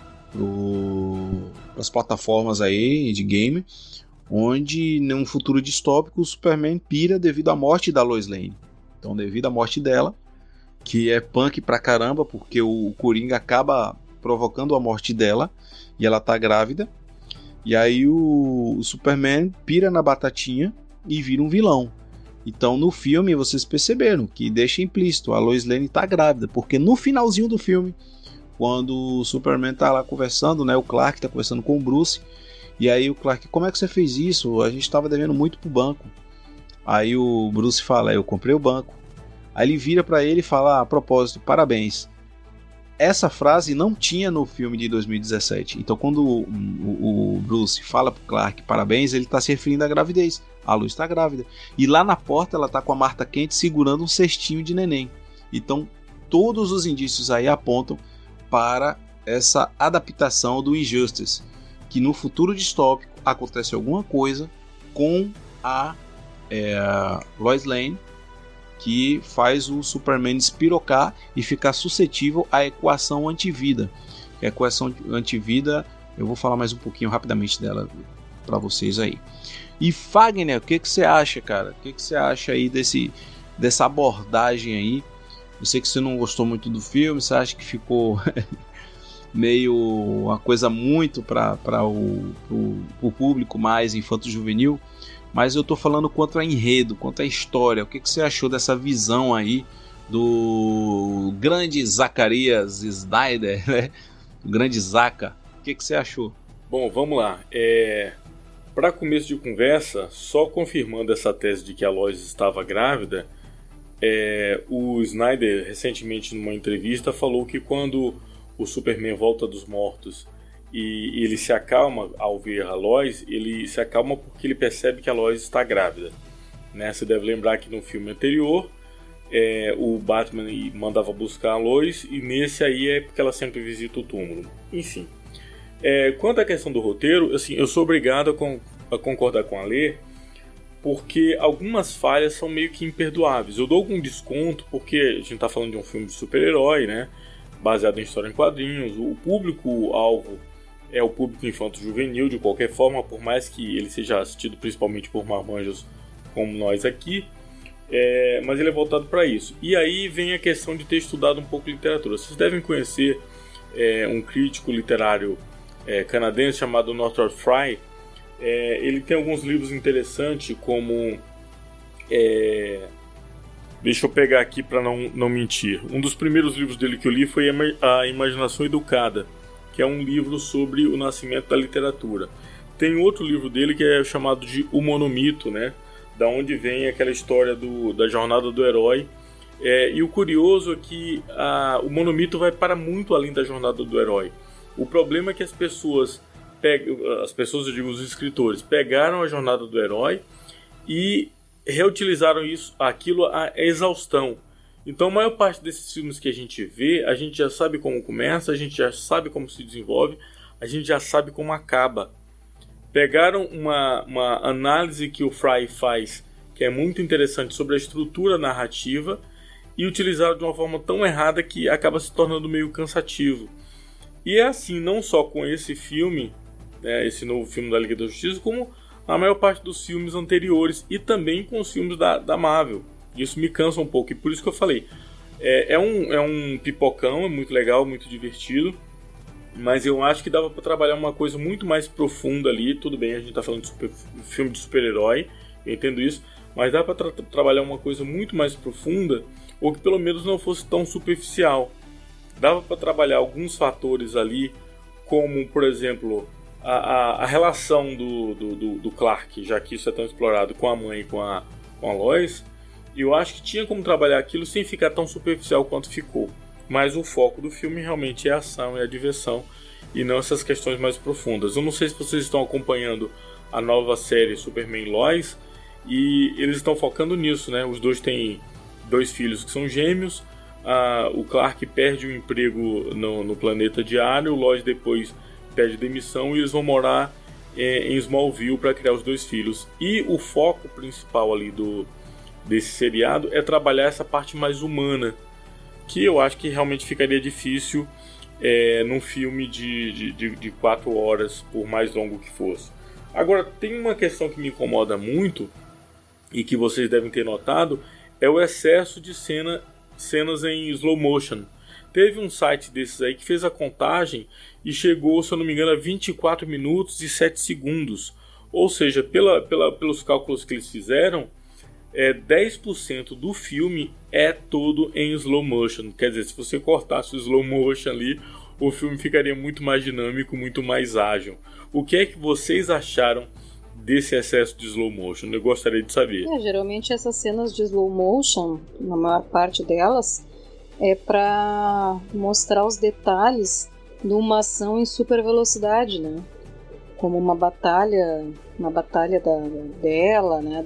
As plataformas aí de game, onde num futuro distópico o Superman pira devido à morte da Lois Lane. Então, devido à morte dela, que é punk pra caramba, porque o Coringa acaba provocando a morte dela e ela tá grávida, e aí o Superman pira na batatinha e vira um vilão. Então no filme vocês perceberam que deixa implícito, a Lois Lane tá grávida, porque no finalzinho do filme, quando o Superman tá lá conversando, né, o Clark tá conversando com o Bruce, e aí o Clark: como é que você fez isso? A gente tava devendo muito pro banco. Aí o Bruce fala: eu comprei o banco. Aí ele vira pra ele e fala: a propósito, parabéns. Essa frase não tinha no filme de 2017. Então quando o Bruce fala pro Clark parabéns, ele tá se referindo à gravidez. A Lois está grávida. E lá na porta ela tá com a Martha Kent segurando um cestinho de neném. Então todos os indícios aí apontam para essa adaptação do Injustice, que no futuro distópico acontece alguma coisa com a Lois Lane, que faz o Superman espirocar e ficar suscetível à equação antivida. A equação antivida, eu vou falar mais um pouquinho rapidamente dela para vocês aí. E Fagner, o que você acha, cara? O que você acha aí dessa abordagem aí? Eu sei que você não gostou muito do filme, você acha que ficou meio uma coisa muito para o público mais infanto-juvenil, mas eu tô falando quanto a enredo, quanto a história. O que você achou dessa visão aí do grande Zacarias Snyder, né? O grande Zaca? O que você achou? Bom, vamos lá. Para começo de conversa, só confirmando essa tese de que a Lois estava grávida, o Snyder, recentemente numa entrevista, falou que quando o Superman volta dos mortos e ele se acalma ao ver a Lois, ele se acalma porque ele percebe que a Lois está grávida, né? Você deve lembrar que no filme anterior o Batman mandava buscar a Lois, e nesse aí é porque ela sempre visita o túmulo. Enfim, quanto à questão do roteiro, assim, eu sou obrigado a concordar com a Lê, porque algumas falhas são meio que imperdoáveis. Eu dou algum desconto porque a gente está falando de um filme de super-herói, né? Baseado em história em quadrinhos. O público-alvo é o público infanto-juvenil, de qualquer forma, por mais que ele seja assistido principalmente por marmanjos como nós aqui, mas ele é voltado para isso. E aí vem a questão de ter estudado um pouco literatura. Vocês devem conhecer um crítico literário canadense chamado Northrop Frye. Ele tem alguns livros interessantes, como... deixa eu pegar aqui para não mentir. Um dos primeiros livros dele que eu li foi A Imaginação Educada, que é um livro sobre o nascimento da literatura. Tem outro livro dele que é chamado de O Monomito, né? Da onde vem aquela história da jornada do herói. E o curioso é que o monomito vai para muito além da jornada do herói. O problema é que as pessoas, eu digo os escritores, pegaram a jornada do herói e reutilizaram aquilo à exaustão. Então a maior parte desses filmes que a gente vê, a gente já sabe como começa, a gente já sabe como se desenvolve, a gente já sabe como acaba. Pegaram uma análise que o Fry faz, que é muito interessante, sobre a estrutura narrativa, e utilizaram de uma forma tão errada que acaba se tornando meio cansativo. E é assim, não só com esse filme, esse novo filme da Liga da Justiça, como a maior parte dos filmes anteriores, e também com os filmes da Marvel. Isso me cansa um pouco, e por isso que eu falei, é um pipocão, é muito legal, muito divertido, mas eu acho que dava para trabalhar uma coisa muito mais profunda ali. Tudo bem, a gente tá falando de filme de super-herói, eu entendo isso, mas dá para trabalhar uma coisa muito mais profunda, ou que pelo menos não fosse tão superficial. Dava para trabalhar alguns fatores ali, como, por exemplo, a relação do Clark, já que isso é tão explorado, com a mãe e com a Lois. Eu acho que tinha como trabalhar aquilo sem ficar tão superficial quanto ficou. Mas o foco do filme realmente é a ação e a diversão, e não essas questões mais profundas. Eu não sei se vocês estão acompanhando a nova série Superman e Lois, e eles estão focando nisso, né? Os dois têm 2 filhos que são gêmeos. O Clark perde o emprego no planeta diário, o Lois depois pede demissão e eles vão morar em Smallville para criar os 2 filhos. E o foco principal ali desse seriado é trabalhar essa parte mais humana, que eu acho que realmente ficaria difícil num filme de 4 horas, por mais longo que fosse. Agora, tem uma questão que me incomoda muito, e que vocês devem ter notado, é o excesso de cenas em slow motion. Teve um site desses aí que fez a contagem e chegou, se eu não me engano, a 24 minutos e 7 segundos. Ou seja, pelos cálculos que eles fizeram, 10% do filme é todo em slow motion. Quer dizer, se você cortasse o slow motion ali, o filme ficaria muito mais dinâmico, muito mais ágil. O que é que vocês acharam desse excesso de slow motion? Eu gostaria de saber. Geralmente essas cenas de slow motion, na maior parte delas, é para mostrar os detalhes de uma ação em super velocidade, né? Como uma batalha dela, né?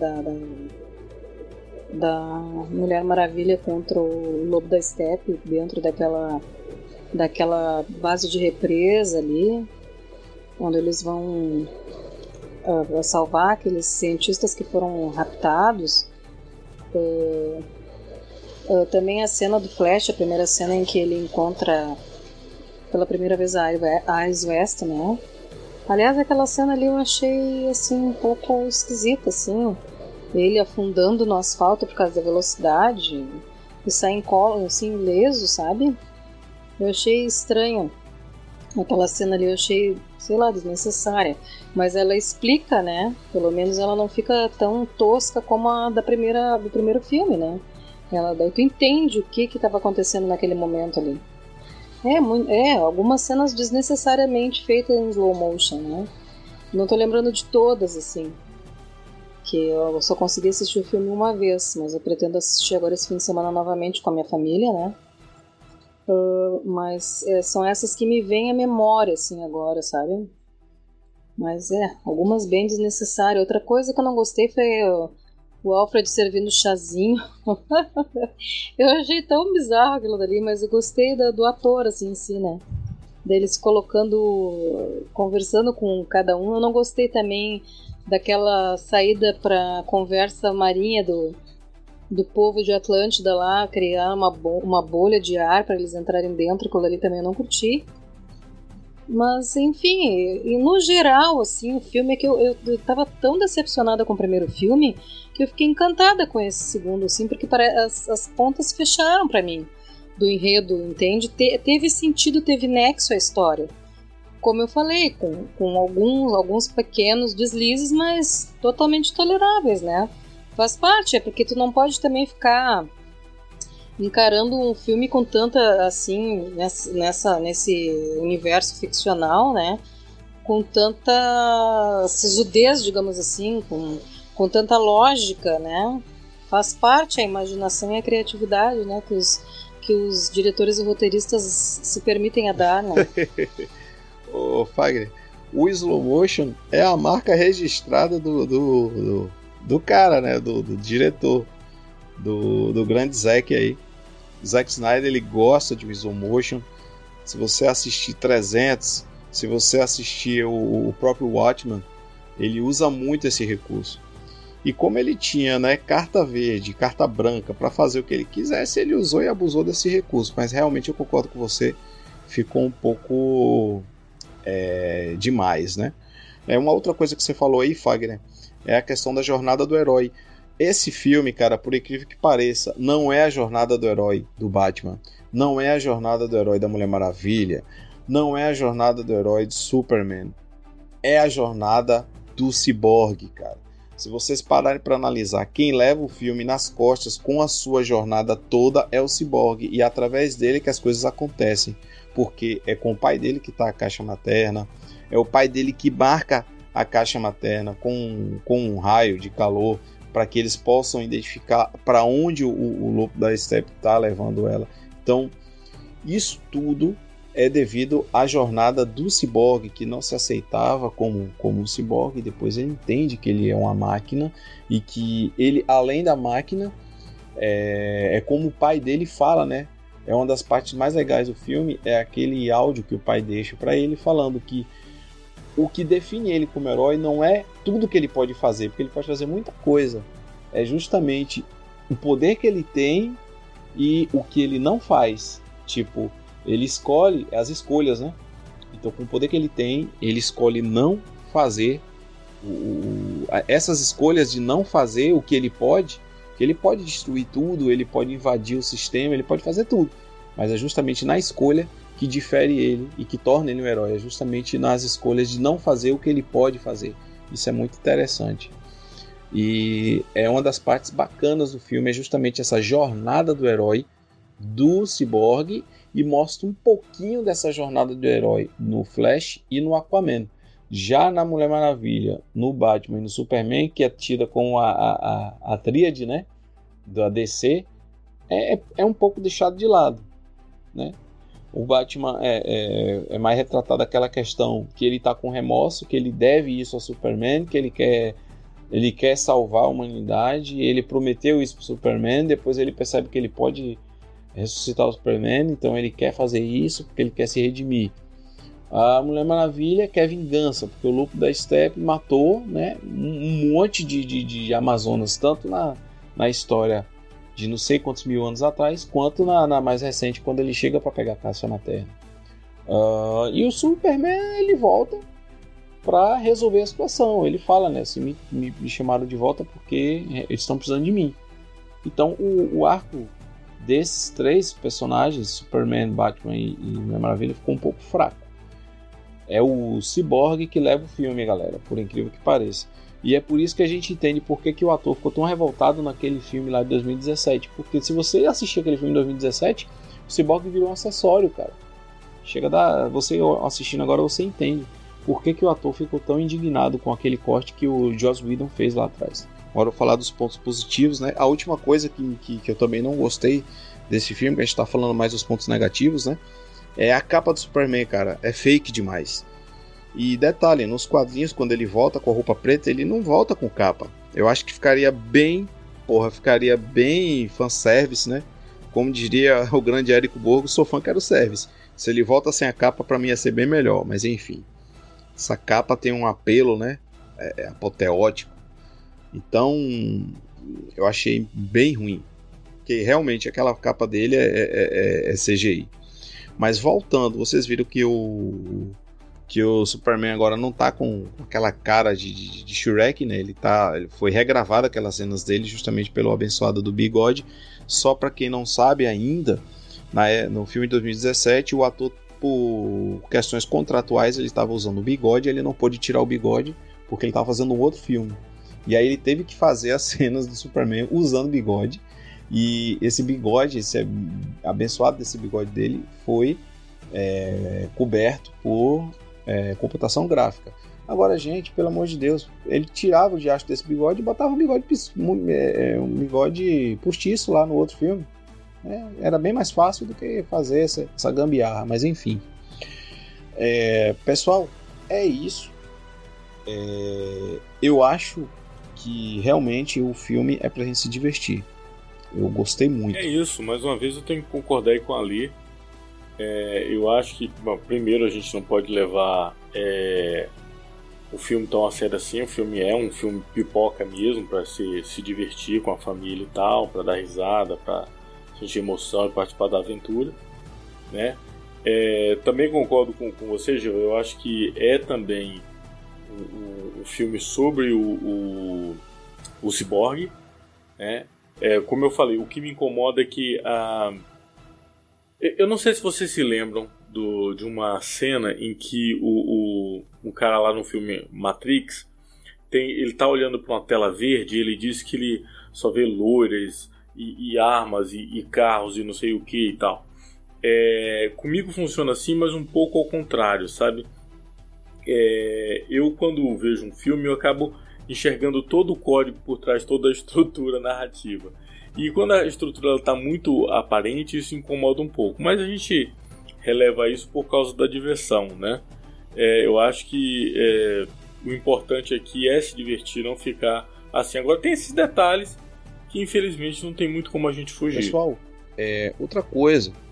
Da Mulher Maravilha contra o Lobo da Steppe dentro daquela base de represa ali, onde eles vão salvar aqueles cientistas que foram raptados. Também a cena do Flash, a primeira cena em que ele encontra pela primeira vez a Iris West, né? Aliás, aquela cena ali eu achei assim um pouco esquisita, assim, ele afundando no asfalto por causa da velocidade e sai assim ileso, sabe? Eu achei estranho aquela cena ali, eu achei, sei lá, desnecessária, mas ela explica, né? Pelo menos ela não fica tão tosca como a do primeiro filme, né? Daí tu entende o que estava acontecendo naquele momento ali. Algumas cenas desnecessariamente feitas em slow motion, né? Não tô lembrando de todas, assim, que eu só consegui assistir o filme uma vez, mas eu pretendo assistir agora esse fim de semana novamente com a minha família, né? Mas são essas que me vêm à memória, assim, agora, sabe? Mas algumas bem desnecessárias. Outra coisa que eu não gostei foi o Alfred servindo chazinho. Eu achei tão bizarro aquilo dali, mas eu gostei do ator, assim, em si, né? Deles conversando com cada um. Eu não gostei também daquela saída pra conversa marinha do povo de Atlântida lá, criar uma bolha de ar para eles entrarem dentro. Aquilo ali também eu não curti. Mas, enfim, e no geral, assim, o filme é que eu tava tão decepcionada com o primeiro filme que eu fiquei encantada com esse segundo, assim, porque as pontas fecharam pra mim do enredo, entende? Teve sentido, teve nexo a história. Como eu falei, com alguns pequenos deslizes, mas totalmente toleráveis, né? Faz parte, porque tu não pode também ficar encarando um filme com tanta, assim, nesse universo ficcional, né? Com tanta sisudez, digamos assim, com tanta lógica, né? Faz parte a imaginação e a criatividade, né? Que os diretores e roteiristas se permitem a dar, né? Ô, Fagner, o slow motion é a marca registrada do cara, né? Do diretor, do grande Zack aí. Zack Snyder, ele gosta de slow motion. Se você assistir 300, se você assistir o próprio Watchmen, ele usa muito esse recurso. E como ele tinha, né, carta verde, carta branca para fazer o que ele quisesse, ele usou e abusou desse recurso. Mas realmente eu concordo com você, ficou um pouco demais, né? Uma outra coisa que você falou aí, Fagner, é a questão da jornada do herói. Esse filme, cara, por incrível que pareça, não é a jornada do herói do Batman, não é a jornada do herói da Mulher Maravilha, não é a jornada do herói do Superman, é a jornada do Cyborg, cara. Se vocês pararem para analisar, quem leva o filme nas costas com a sua jornada toda é o Cyborg, e é através dele que as coisas acontecem, porque é com o pai dele que está a caixa materna, é o pai dele que marca a caixa materna com um raio de calor, para que eles possam identificar para onde o Lobo da Steppe está levando ela. Então, isso tudo é devido à jornada do Cyborg, que não se aceitava como um Cyborg. Depois ele entende que ele é uma máquina e que ele, além da máquina, é como o pai dele fala, né? É uma das partes mais legais do filme, é aquele áudio que o pai deixa para ele falando que o que define ele como herói não é tudo que ele pode fazer, porque ele pode fazer muita coisa. É justamente o poder que ele tem e o que ele não faz. Tipo, ele escolhe as escolhas, né? Então, com o poder que ele tem, ele escolhe não fazer essas escolhas de não fazer o que ele pode destruir tudo, ele pode invadir o sistema, ele pode fazer tudo. Mas é justamente na escolha que difere ele e que torna ele um herói. É justamente nas escolhas de não fazer o que ele pode fazer. Isso é muito interessante. E é uma das partes bacanas do filme, é justamente essa jornada do herói do Cyborg, e mostra um pouquinho dessa jornada do herói no Flash e no Aquaman. Já na Mulher Maravilha, no Batman e no Superman, que é tida como a tríade, né, da DC, é um pouco deixado de lado, né? O Batman é mais retratado aquela questão que ele está com remorso, que ele deve isso ao Superman, que ele quer salvar a humanidade, ele prometeu isso para o Superman, depois ele percebe que ele pode ressuscitar o Superman, então ele quer fazer isso porque ele quer se redimir. A Mulher Maravilha quer vingança, porque o Lupo da Steppe matou, né, um monte de Amazonas, tanto na história de não sei quantos mil anos atrás, quanto na mais recente, quando ele chega para pegar a caixa materna. E o Superman, ele volta para resolver a situação. Ele fala, né, assim, me chamaram de volta porque eles estão precisando de mim. Então o arco desses três personagens, Superman, Batman e Mulher Maravilha, ficou um pouco fraco. É o Cyborg que leva o filme, galera, por incrível que pareça. E é por isso que a gente entende por que o ator ficou tão revoltado naquele filme lá de 2017. Porque se você assistir aquele filme em 2017, o Cyborg virou um acessório, cara. Você assistindo agora, você entende por que o ator ficou tão indignado com aquele corte que o Joss Whedon fez lá atrás. Agora eu vou falar dos pontos positivos, né? A última coisa que eu também não gostei desse filme, que a gente tá falando mais dos pontos negativos, né? É a capa do Superman, cara. É fake demais. E detalhe, nos quadrinhos, quando ele volta com a roupa preta, ele não volta com capa. Eu acho que ficaria bem fanservice, né? Como diria o grande Érico Borgo, sou fã, quero service. Se ele volta sem a capa, pra mim ia ser bem melhor. Mas enfim, essa capa tem um apelo, né? É apoteótico. Então, eu achei bem ruim. Porque realmente aquela capa dele é CGI. Mas voltando, vocês viram que o Superman agora não tá com aquela cara de Shrek, né? Ele foi regravado aquelas cenas dele justamente pelo abençoado do bigode. Só para quem não sabe ainda, no filme de 2017, o ator, por questões contratuais, ele estava usando o bigode, ele não pôde tirar o bigode porque ele estava fazendo um outro filme. E aí ele teve que fazer as cenas do Superman usando bigode. E esse bigode, esse abençoado desse bigode dele, foi coberto por computação gráfica. Agora, gente, pelo amor de Deus, ele tirava o diacho desse bigode e botava um bigode postiço lá no outro filme. Era bem mais fácil do que fazer essa gambiarra, mas enfim. Pessoal, é isso. Eu acho que realmente o filme é pra gente se divertir. Eu gostei muito. É isso, mais uma vez eu tenho que concordar aí com a Ali. Eu acho que, primeiro, a gente não pode levar o filme tão a sério assim. O filme é um filme pipoca mesmo, para se divertir com a família e tal, para dar risada, para sentir emoção e participar da aventura, né? Também concordo com você, Gil. Eu acho que é também um filme sobre o Cyborg, né? Como eu falei, o que me incomoda é que eu não sei se vocês se lembram de uma cena em que o cara lá no filme Matrix, ele tá olhando para uma tela verde e ele diz que ele só vê loiras e armas e carros e não sei o que e tal. Comigo funciona assim, mas um pouco ao contrário, sabe? Eu, quando vejo um filme, eu acabo enxergando todo o código por trás, toda a estrutura narrativa. E quando a estrutura está muito aparente, isso incomoda um pouco. Mas a gente releva isso por causa da diversão, né? Eu acho que o importante aqui é se divertir, não ficar assim. Agora tem esses detalhes que infelizmente não tem muito como a gente fugir. Pessoal, outra coisa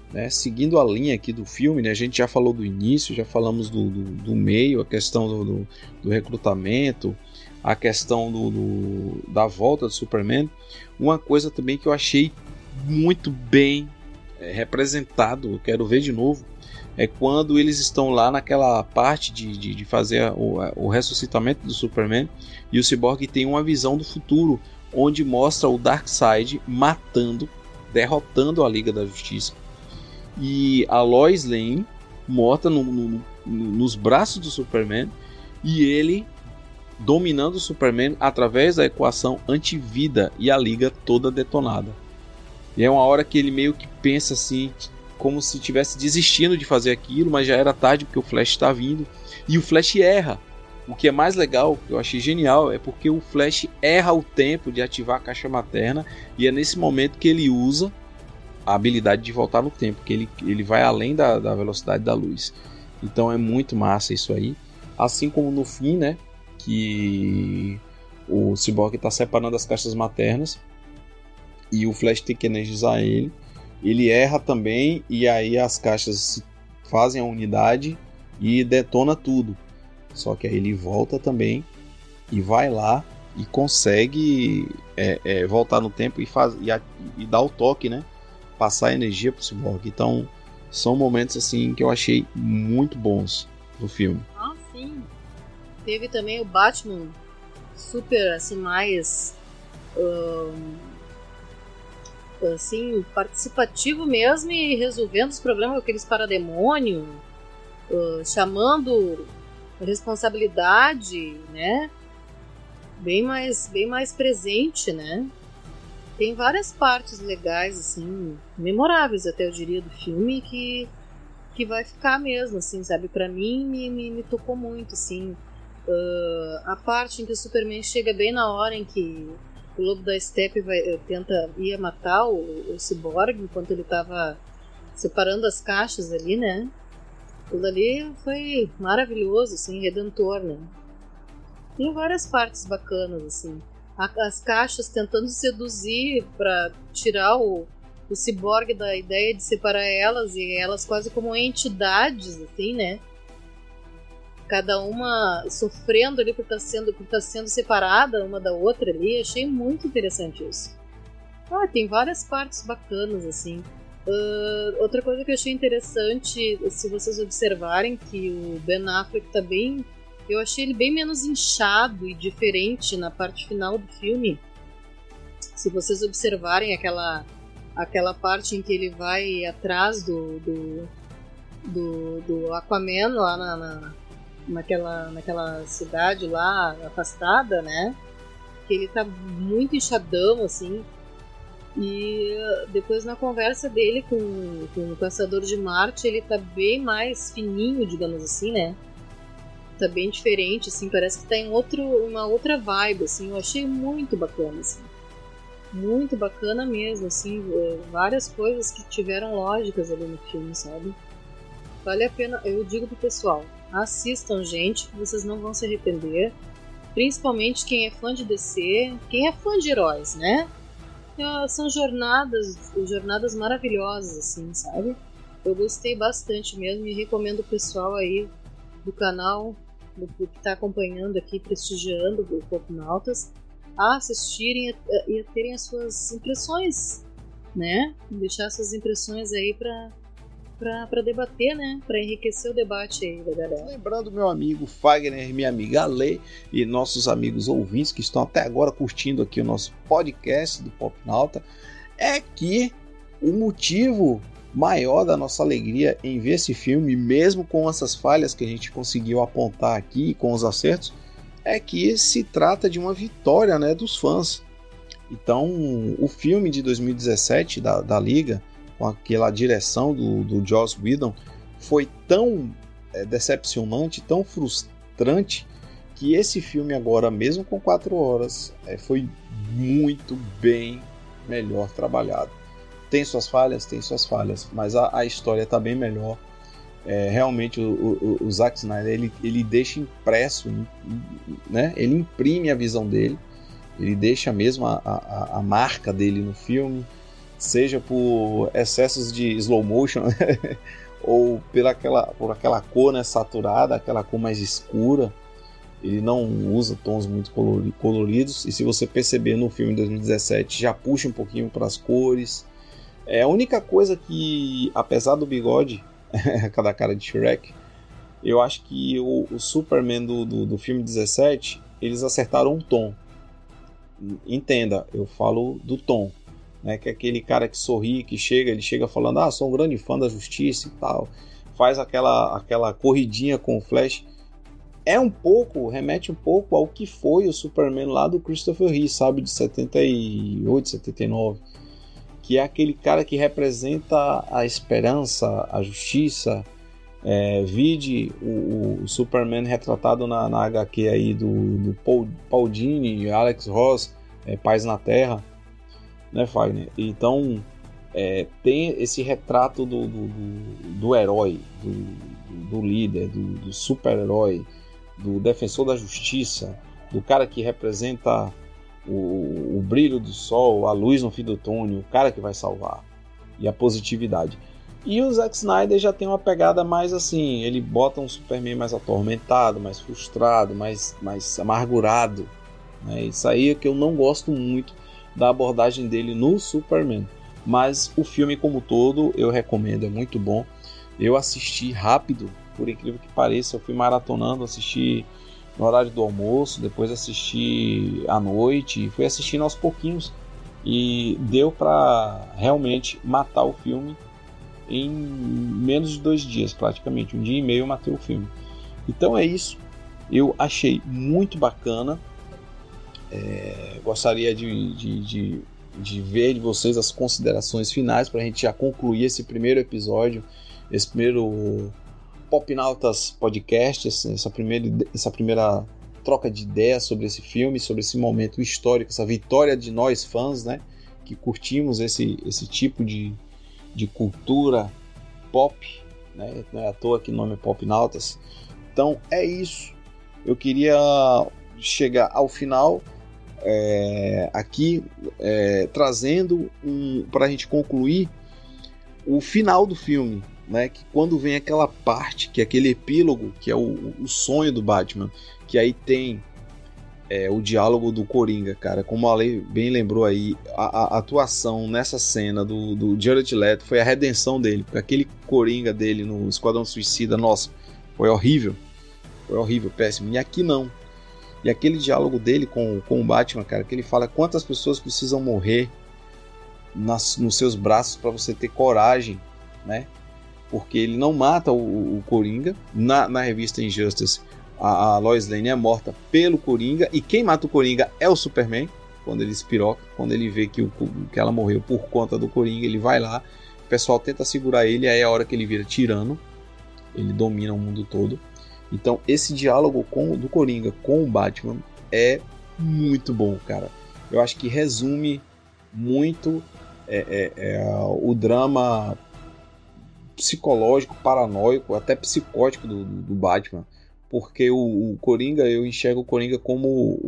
né, seguindo a linha aqui do filme, né, a gente já falou do início, já falamos do meio, a questão do recrutamento, a questão da volta do Superman. Uma coisa também que eu achei muito bem representado, eu quero ver de novo, é quando eles estão lá naquela parte de fazer o ressuscitamento do Superman, e o Cyborg tem uma visão do futuro, onde mostra o Darkseid derrotando a Liga da Justiça, e a Lois Lane morta nos braços do Superman, e ele dominando o Superman através da equação antivida, e a Liga toda detonada. E é uma hora que ele meio que pensa assim, como se estivesse desistindo de fazer aquilo, mas já era tarde porque o Flash está vindo, e o Flash erra. O que é mais legal, que eu achei genial, é porque o Flash erra o tempo de ativar a caixa materna, e é nesse momento que ele usa a habilidade de voltar no tempo, que ele vai além da velocidade da luz. Então é muito massa isso aí. Assim como no fim, né, que o Cyborg está separando as caixas maternas e o Flash tem que energizar ele. Ele erra também, e aí as caixas fazem a unidade e detona tudo. Só que aí ele volta também e vai lá e consegue voltar no tempo e dar o toque, né? Passar a energia pro Cyborg. Então são momentos assim que eu achei muito bons no filme. Ah, sim. Teve também o Batman super assim, mais assim, participativo mesmo, e resolvendo os problemas com aqueles parademônios, chamando responsabilidade, né? Bem mais presente, né? Tem várias partes legais, assim, memoráveis até, eu diria, do filme, que vai ficar mesmo, assim, sabe? Pra mim, me tocou muito, assim. A parte em que o Superman chega bem na hora em que o Lobo da Steppe ia matar o Cyborg, enquanto ele tava separando as caixas ali, né? Aquilo ali foi maravilhoso, assim, redentor, né? Tem várias partes bacanas, assim. As caixas tentando seduzir para tirar o Cyborg da ideia de separar elas, e elas quase como entidades, assim, né? Cada uma sofrendo ali por estar sendo separada uma da outra ali. Achei muito interessante isso. Tem várias partes bacanas, assim. Outra coisa que eu achei interessante, se vocês observarem, que o Ben Affleck tá bem... Eu achei ele bem menos inchado e diferente na parte final do filme. Se vocês observarem aquela parte em que ele vai atrás do Aquaman lá naquela cidade lá afastada, né? Que ele tá muito inchadão, assim. E depois na conversa dele com o Caçador de Marte, ele tá bem mais fininho, digamos assim, né? Tá bem diferente, assim, parece que tá em uma outra vibe, assim. Eu achei muito bacana, assim. Muito bacana mesmo, assim. Várias coisas que tiveram lógicas ali no filme, sabe? Vale a pena, eu digo pro pessoal, assistam, gente, que vocês não vão se arrepender. Principalmente quem é fã de DC, quem é fã de heróis, né? São jornadas maravilhosas, assim, sabe? Eu gostei bastante mesmo e recomendo o pessoal aí do canal, que está acompanhando aqui, prestigiando o Popnautas, a assistirem e a terem as suas impressões, né? Deixar suas impressões aí para debater, né? Para enriquecer o debate aí da galera. Lembrando, meu amigo Fagner, minha amiga Ale e nossos amigos ouvintes que estão até agora curtindo aqui o nosso podcast do Popnauta, é que o motivo maior da nossa alegria em ver esse filme, mesmo com essas falhas que a gente conseguiu apontar aqui, com os acertos, é que se trata de uma vitória, né, dos fãs. Então, o filme de 2017 da Liga, com aquela direção do Joss Whedon, foi tão decepcionante, tão frustrante, que esse filme agora, mesmo com 4 horas, foi muito bem melhor trabalhado. Tem suas falhas, mas a história está bem melhor. Realmente o Zack Snyder ele deixa impresso, né? Ele imprime a visão dele, ele deixa mesmo a marca dele no filme. seja por excessos de slow motion, ou por aquela cor, né, saturada, aquela cor mais escura. Ele não usa tons muito coloridos, e se você perceber no filme de 2017 já puxa um pouquinho para as cores. A única coisa que, apesar do bigode da cara de Shrek, eu acho que o Superman do filme 17, eles acertaram um tom. Entenda, eu falo do tom, né? Que é aquele cara que sorri, que ele chega falando, sou um grande fã da justiça e tal, faz aquela corridinha com o Flash. Remete um pouco ao que foi o Superman lá do Christopher Reeve, sabe, de 78, 79, que é aquele cara que representa a esperança, a justiça. Vide o Superman retratado na HQ aí do Paul Dini e Alex Ross, Paz na Terra, né, Fagner? Então tem esse retrato do herói, do líder, do super-herói, do defensor da justiça, do cara que representa o brilho do sol, a luz no fim do túnel, o cara que vai salvar, e a positividade. E o Zack Snyder já tem uma pegada mais assim, ele bota um Superman mais atormentado, mais frustrado, mais amargurado, né? Isso aí é que eu não gosto muito da abordagem dele no Superman, mas o filme como todo eu recomendo, é muito bom. Eu assisti rápido, por incrível que pareça, eu fui maratonando, assisti no horário do almoço, depois assisti à noite, fui assistindo aos pouquinhos, e deu para realmente matar o filme em menos de 2 dias, praticamente 1 dia e meio eu matei o filme. Então é isso, eu achei muito bacana. Gostaria de ver de vocês as considerações finais para a gente já concluir esse primeiro episódio, esse primeiro Popnautas Podcast, essa primeira troca de ideias sobre esse filme, sobre esse momento histórico, essa vitória de nós fãs, né, que curtimos esse tipo de cultura pop, né? Não é à toa que o nome é Popnautas. Então é isso, eu queria chegar ao final aqui trazendo para a gente concluir o final do filme, né? Que quando vem aquela parte, que é aquele epílogo, que é o sonho do Batman, que aí tem o diálogo do Coringa, cara, como a Lei bem lembrou aí, a atuação nessa cena do Jared Leto foi a redenção dele, porque aquele Coringa dele no Esquadrão Suicida, nossa, foi horrível, péssimo, e aqui não. E aquele diálogo dele com o Batman, cara, que ele fala quantas pessoas precisam morrer nos seus braços para você ter coragem, né? Porque ele não mata o Coringa. Na revista Injustice, a Lois Lane é morta pelo Coringa, e quem mata o Coringa é o Superman. Quando ele espiroca, quando ele vê que ela morreu por conta do Coringa, ele vai lá, o pessoal tenta segurar ele, aí é a hora que ele vira tirano, ele domina o mundo todo. Então esse diálogo do Coringa com o Batman é muito bom, cara. Eu acho que resume muito o drama psicológico, paranoico, até psicótico do Batman, porque o Coringa, eu enxergo o Coringa como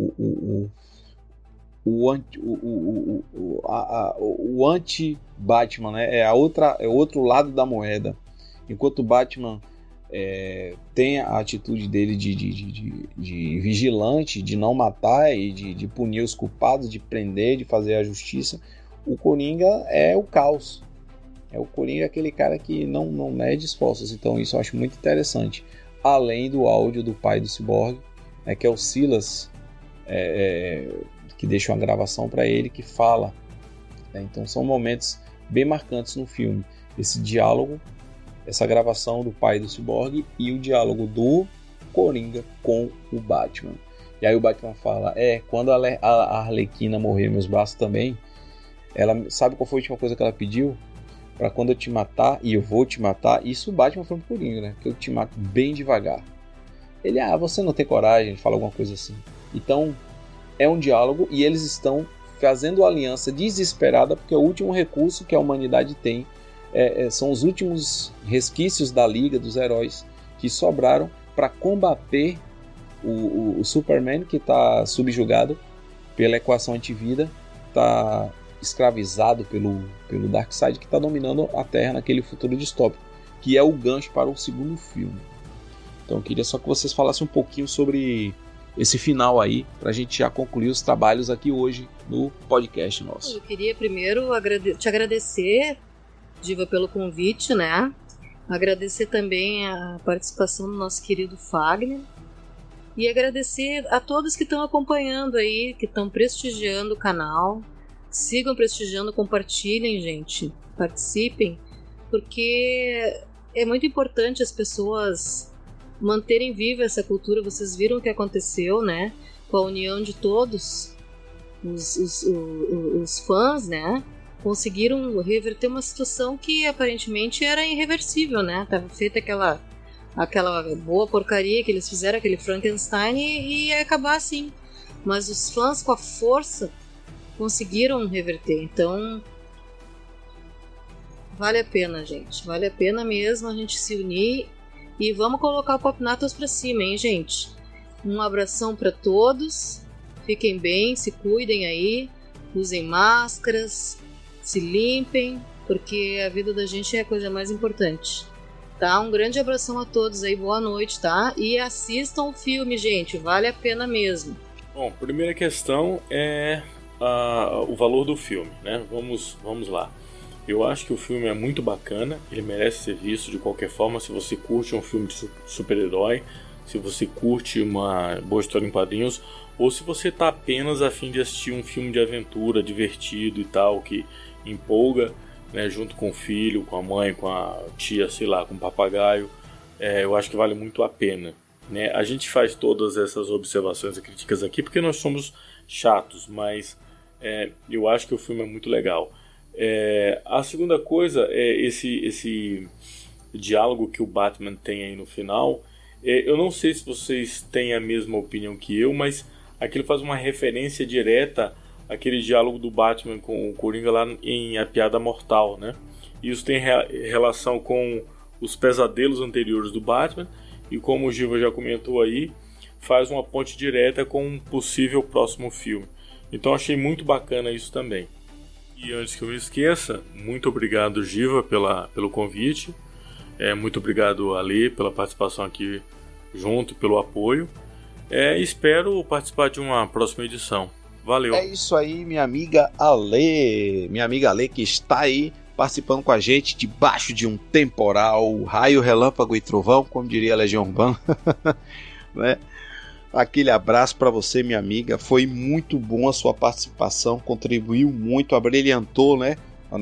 o anti-Batman, né? É o outro lado da moeda. Enquanto o Batman tem a atitude dele de vigilante, de não matar e de punir os culpados, de prender, de fazer a justiça, o Coringa é o caos. O Coringa é aquele cara que não mede esforços. Então isso eu acho muito interessante. Além do áudio do pai do Cyborg, que é o Silas, que deixa uma gravação para ele que fala. Então são momentos bem marcantes no filme. Esse diálogo, essa gravação do pai do Cyborg e o diálogo do Coringa com o Batman. E aí o Batman fala, quando a Arlequina morrer meus braços também, ela sabe qual foi a última coisa que ela pediu? Para quando eu te matar, e eu vou te matar, isso o Batman foi pro Coringa, né? Que eu te mato bem devagar. Ele, você não tem coragem de falar alguma coisa assim. Então, é um diálogo e eles estão fazendo aliança desesperada, porque o último recurso que a humanidade tem são os últimos resquícios da Liga dos Heróis que sobraram para combater o Superman, que está subjugado pela equação antivida, está escravizado pelo Darkseid, que está dominando a Terra naquele futuro distópico, que é o gancho para o segundo filme. Então eu queria só que vocês falassem um pouquinho sobre esse final aí, para a gente já concluir os trabalhos aqui hoje no podcast nosso. Eu queria primeiro te agradecer, Diva, pelo convite, né? Agradecer também a participação do nosso querido Fagner e agradecer a todos que estão acompanhando aí, que estão prestigiando o canal. Sigam prestigiando, compartilhem, gente, participem, porque é muito importante as pessoas manterem viva essa cultura. Vocês viram o que aconteceu, né? Com a união de todos os fãs, né? Conseguiram reverter uma situação que aparentemente era irreversível, né? Tava feita aquela boa porcaria que eles fizeram, aquele Frankenstein, e ia acabar assim. Mas os fãs, com a força, conseguiram reverter. Então vale a pena, gente. Vale a pena mesmo a gente se unir. E vamos colocar o Popnautas pra cima, hein, gente? Um abração pra todos. Fiquem bem, se cuidem aí. Usem máscaras, se limpem, porque a vida da gente é a coisa mais importante. Tá? Um grande abração a todos aí, boa noite, tá? E assistam o filme, gente. Vale a pena mesmo. Bom, primeira questão é o valor do filme, né? Vamos lá. Eu acho que o filme é muito bacana, ele merece ser visto de qualquer forma. Se você curte um filme de super-herói, se você curte uma boa história em quadrinhos, ou se você está apenas a fim de assistir um filme de aventura divertido e tal, que empolga, né, junto com o filho, com a mãe, com a tia, sei lá, com o papagaio, eu acho que vale muito a pena, né? A gente faz todas essas observações e críticas aqui porque nós somos chatos, mas eu acho que o filme é muito legal. A segunda coisa é esse diálogo que o Batman tem aí no final. Eu não sei se vocês têm a mesma opinião que eu, mas aquilo faz uma referência direta àquele diálogo do Batman com o Coringa lá em A Piada Mortal, né? Isso tem relação com os pesadelos anteriores do Batman, e como o Giva já comentou aí, faz uma ponte direta com um possível próximo filme. Então achei muito bacana isso também. E antes que eu me esqueça, muito obrigado, Giva, pelo convite. Muito obrigado, Ale, pela participação aqui junto, pelo apoio. Espero participar de uma próxima edição. Valeu. É isso aí, minha amiga Ale. Minha amiga Ale, que está aí participando com a gente debaixo de um temporal, raio, relâmpago e trovão, como diria a Legião Urbana. Né? Aquele abraço para você, minha amiga. Foi muito bom a sua participação, contribuiu muito, abrilhantou, né, o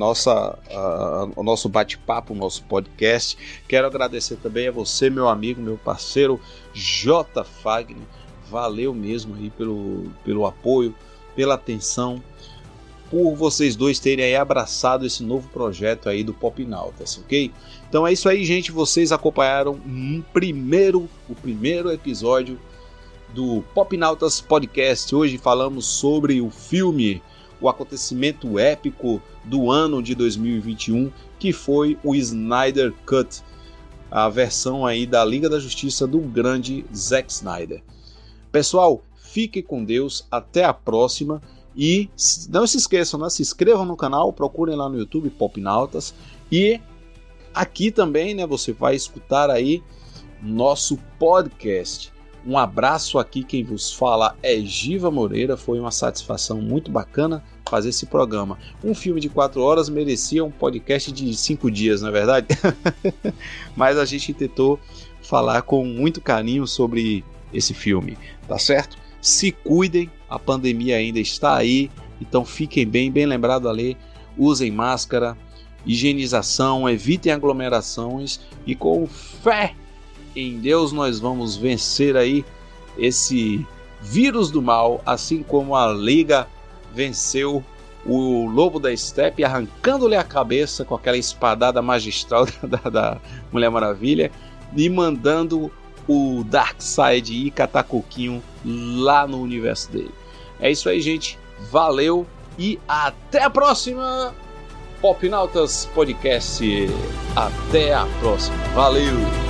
nosso bate-papo, o nosso podcast. Quero agradecer também a você, meu amigo, meu parceiro J. Fagner. Valeu mesmo aí pelo apoio, pela atenção, por vocês dois terem aí abraçado esse novo projeto aí do Popnautas, ok? Então é isso aí, gente. Vocês acompanharam o primeiro episódio do Popnautas Podcast. Hoje falamos sobre o filme, o acontecimento épico do ano de 2021, que foi o Snyder Cut, a versão aí da Liga da Justiça do grande Zack Snyder. Pessoal, fiquem com Deus, até a próxima, e não se esqueçam, né? Se inscrevam no canal, procurem lá no YouTube Popnautas, e aqui também, né, você vai escutar aí nosso podcast. Um abraço, aqui quem vos fala é Giva Moreira. Foi uma satisfação muito bacana fazer esse programa. Um filme de 4 horas merecia um podcast de 5 dias, não é verdade? Mas a gente tentou falar com muito carinho sobre esse filme, tá certo? Se cuidem, a pandemia ainda está aí, então fiquem bem lembrado ali, usem máscara, higienização, evitem aglomerações e com fé em Deus nós vamos vencer aí esse vírus do mal, assim como a Liga venceu o Lobo da Steppe, arrancando-lhe a cabeça com aquela espadada magistral da Mulher Maravilha e mandando o Darkseid ir catar coquinho lá no universo dele. É isso aí, gente. Valeu e até a próxima! Popnautas Podcast. Até a próxima. Valeu!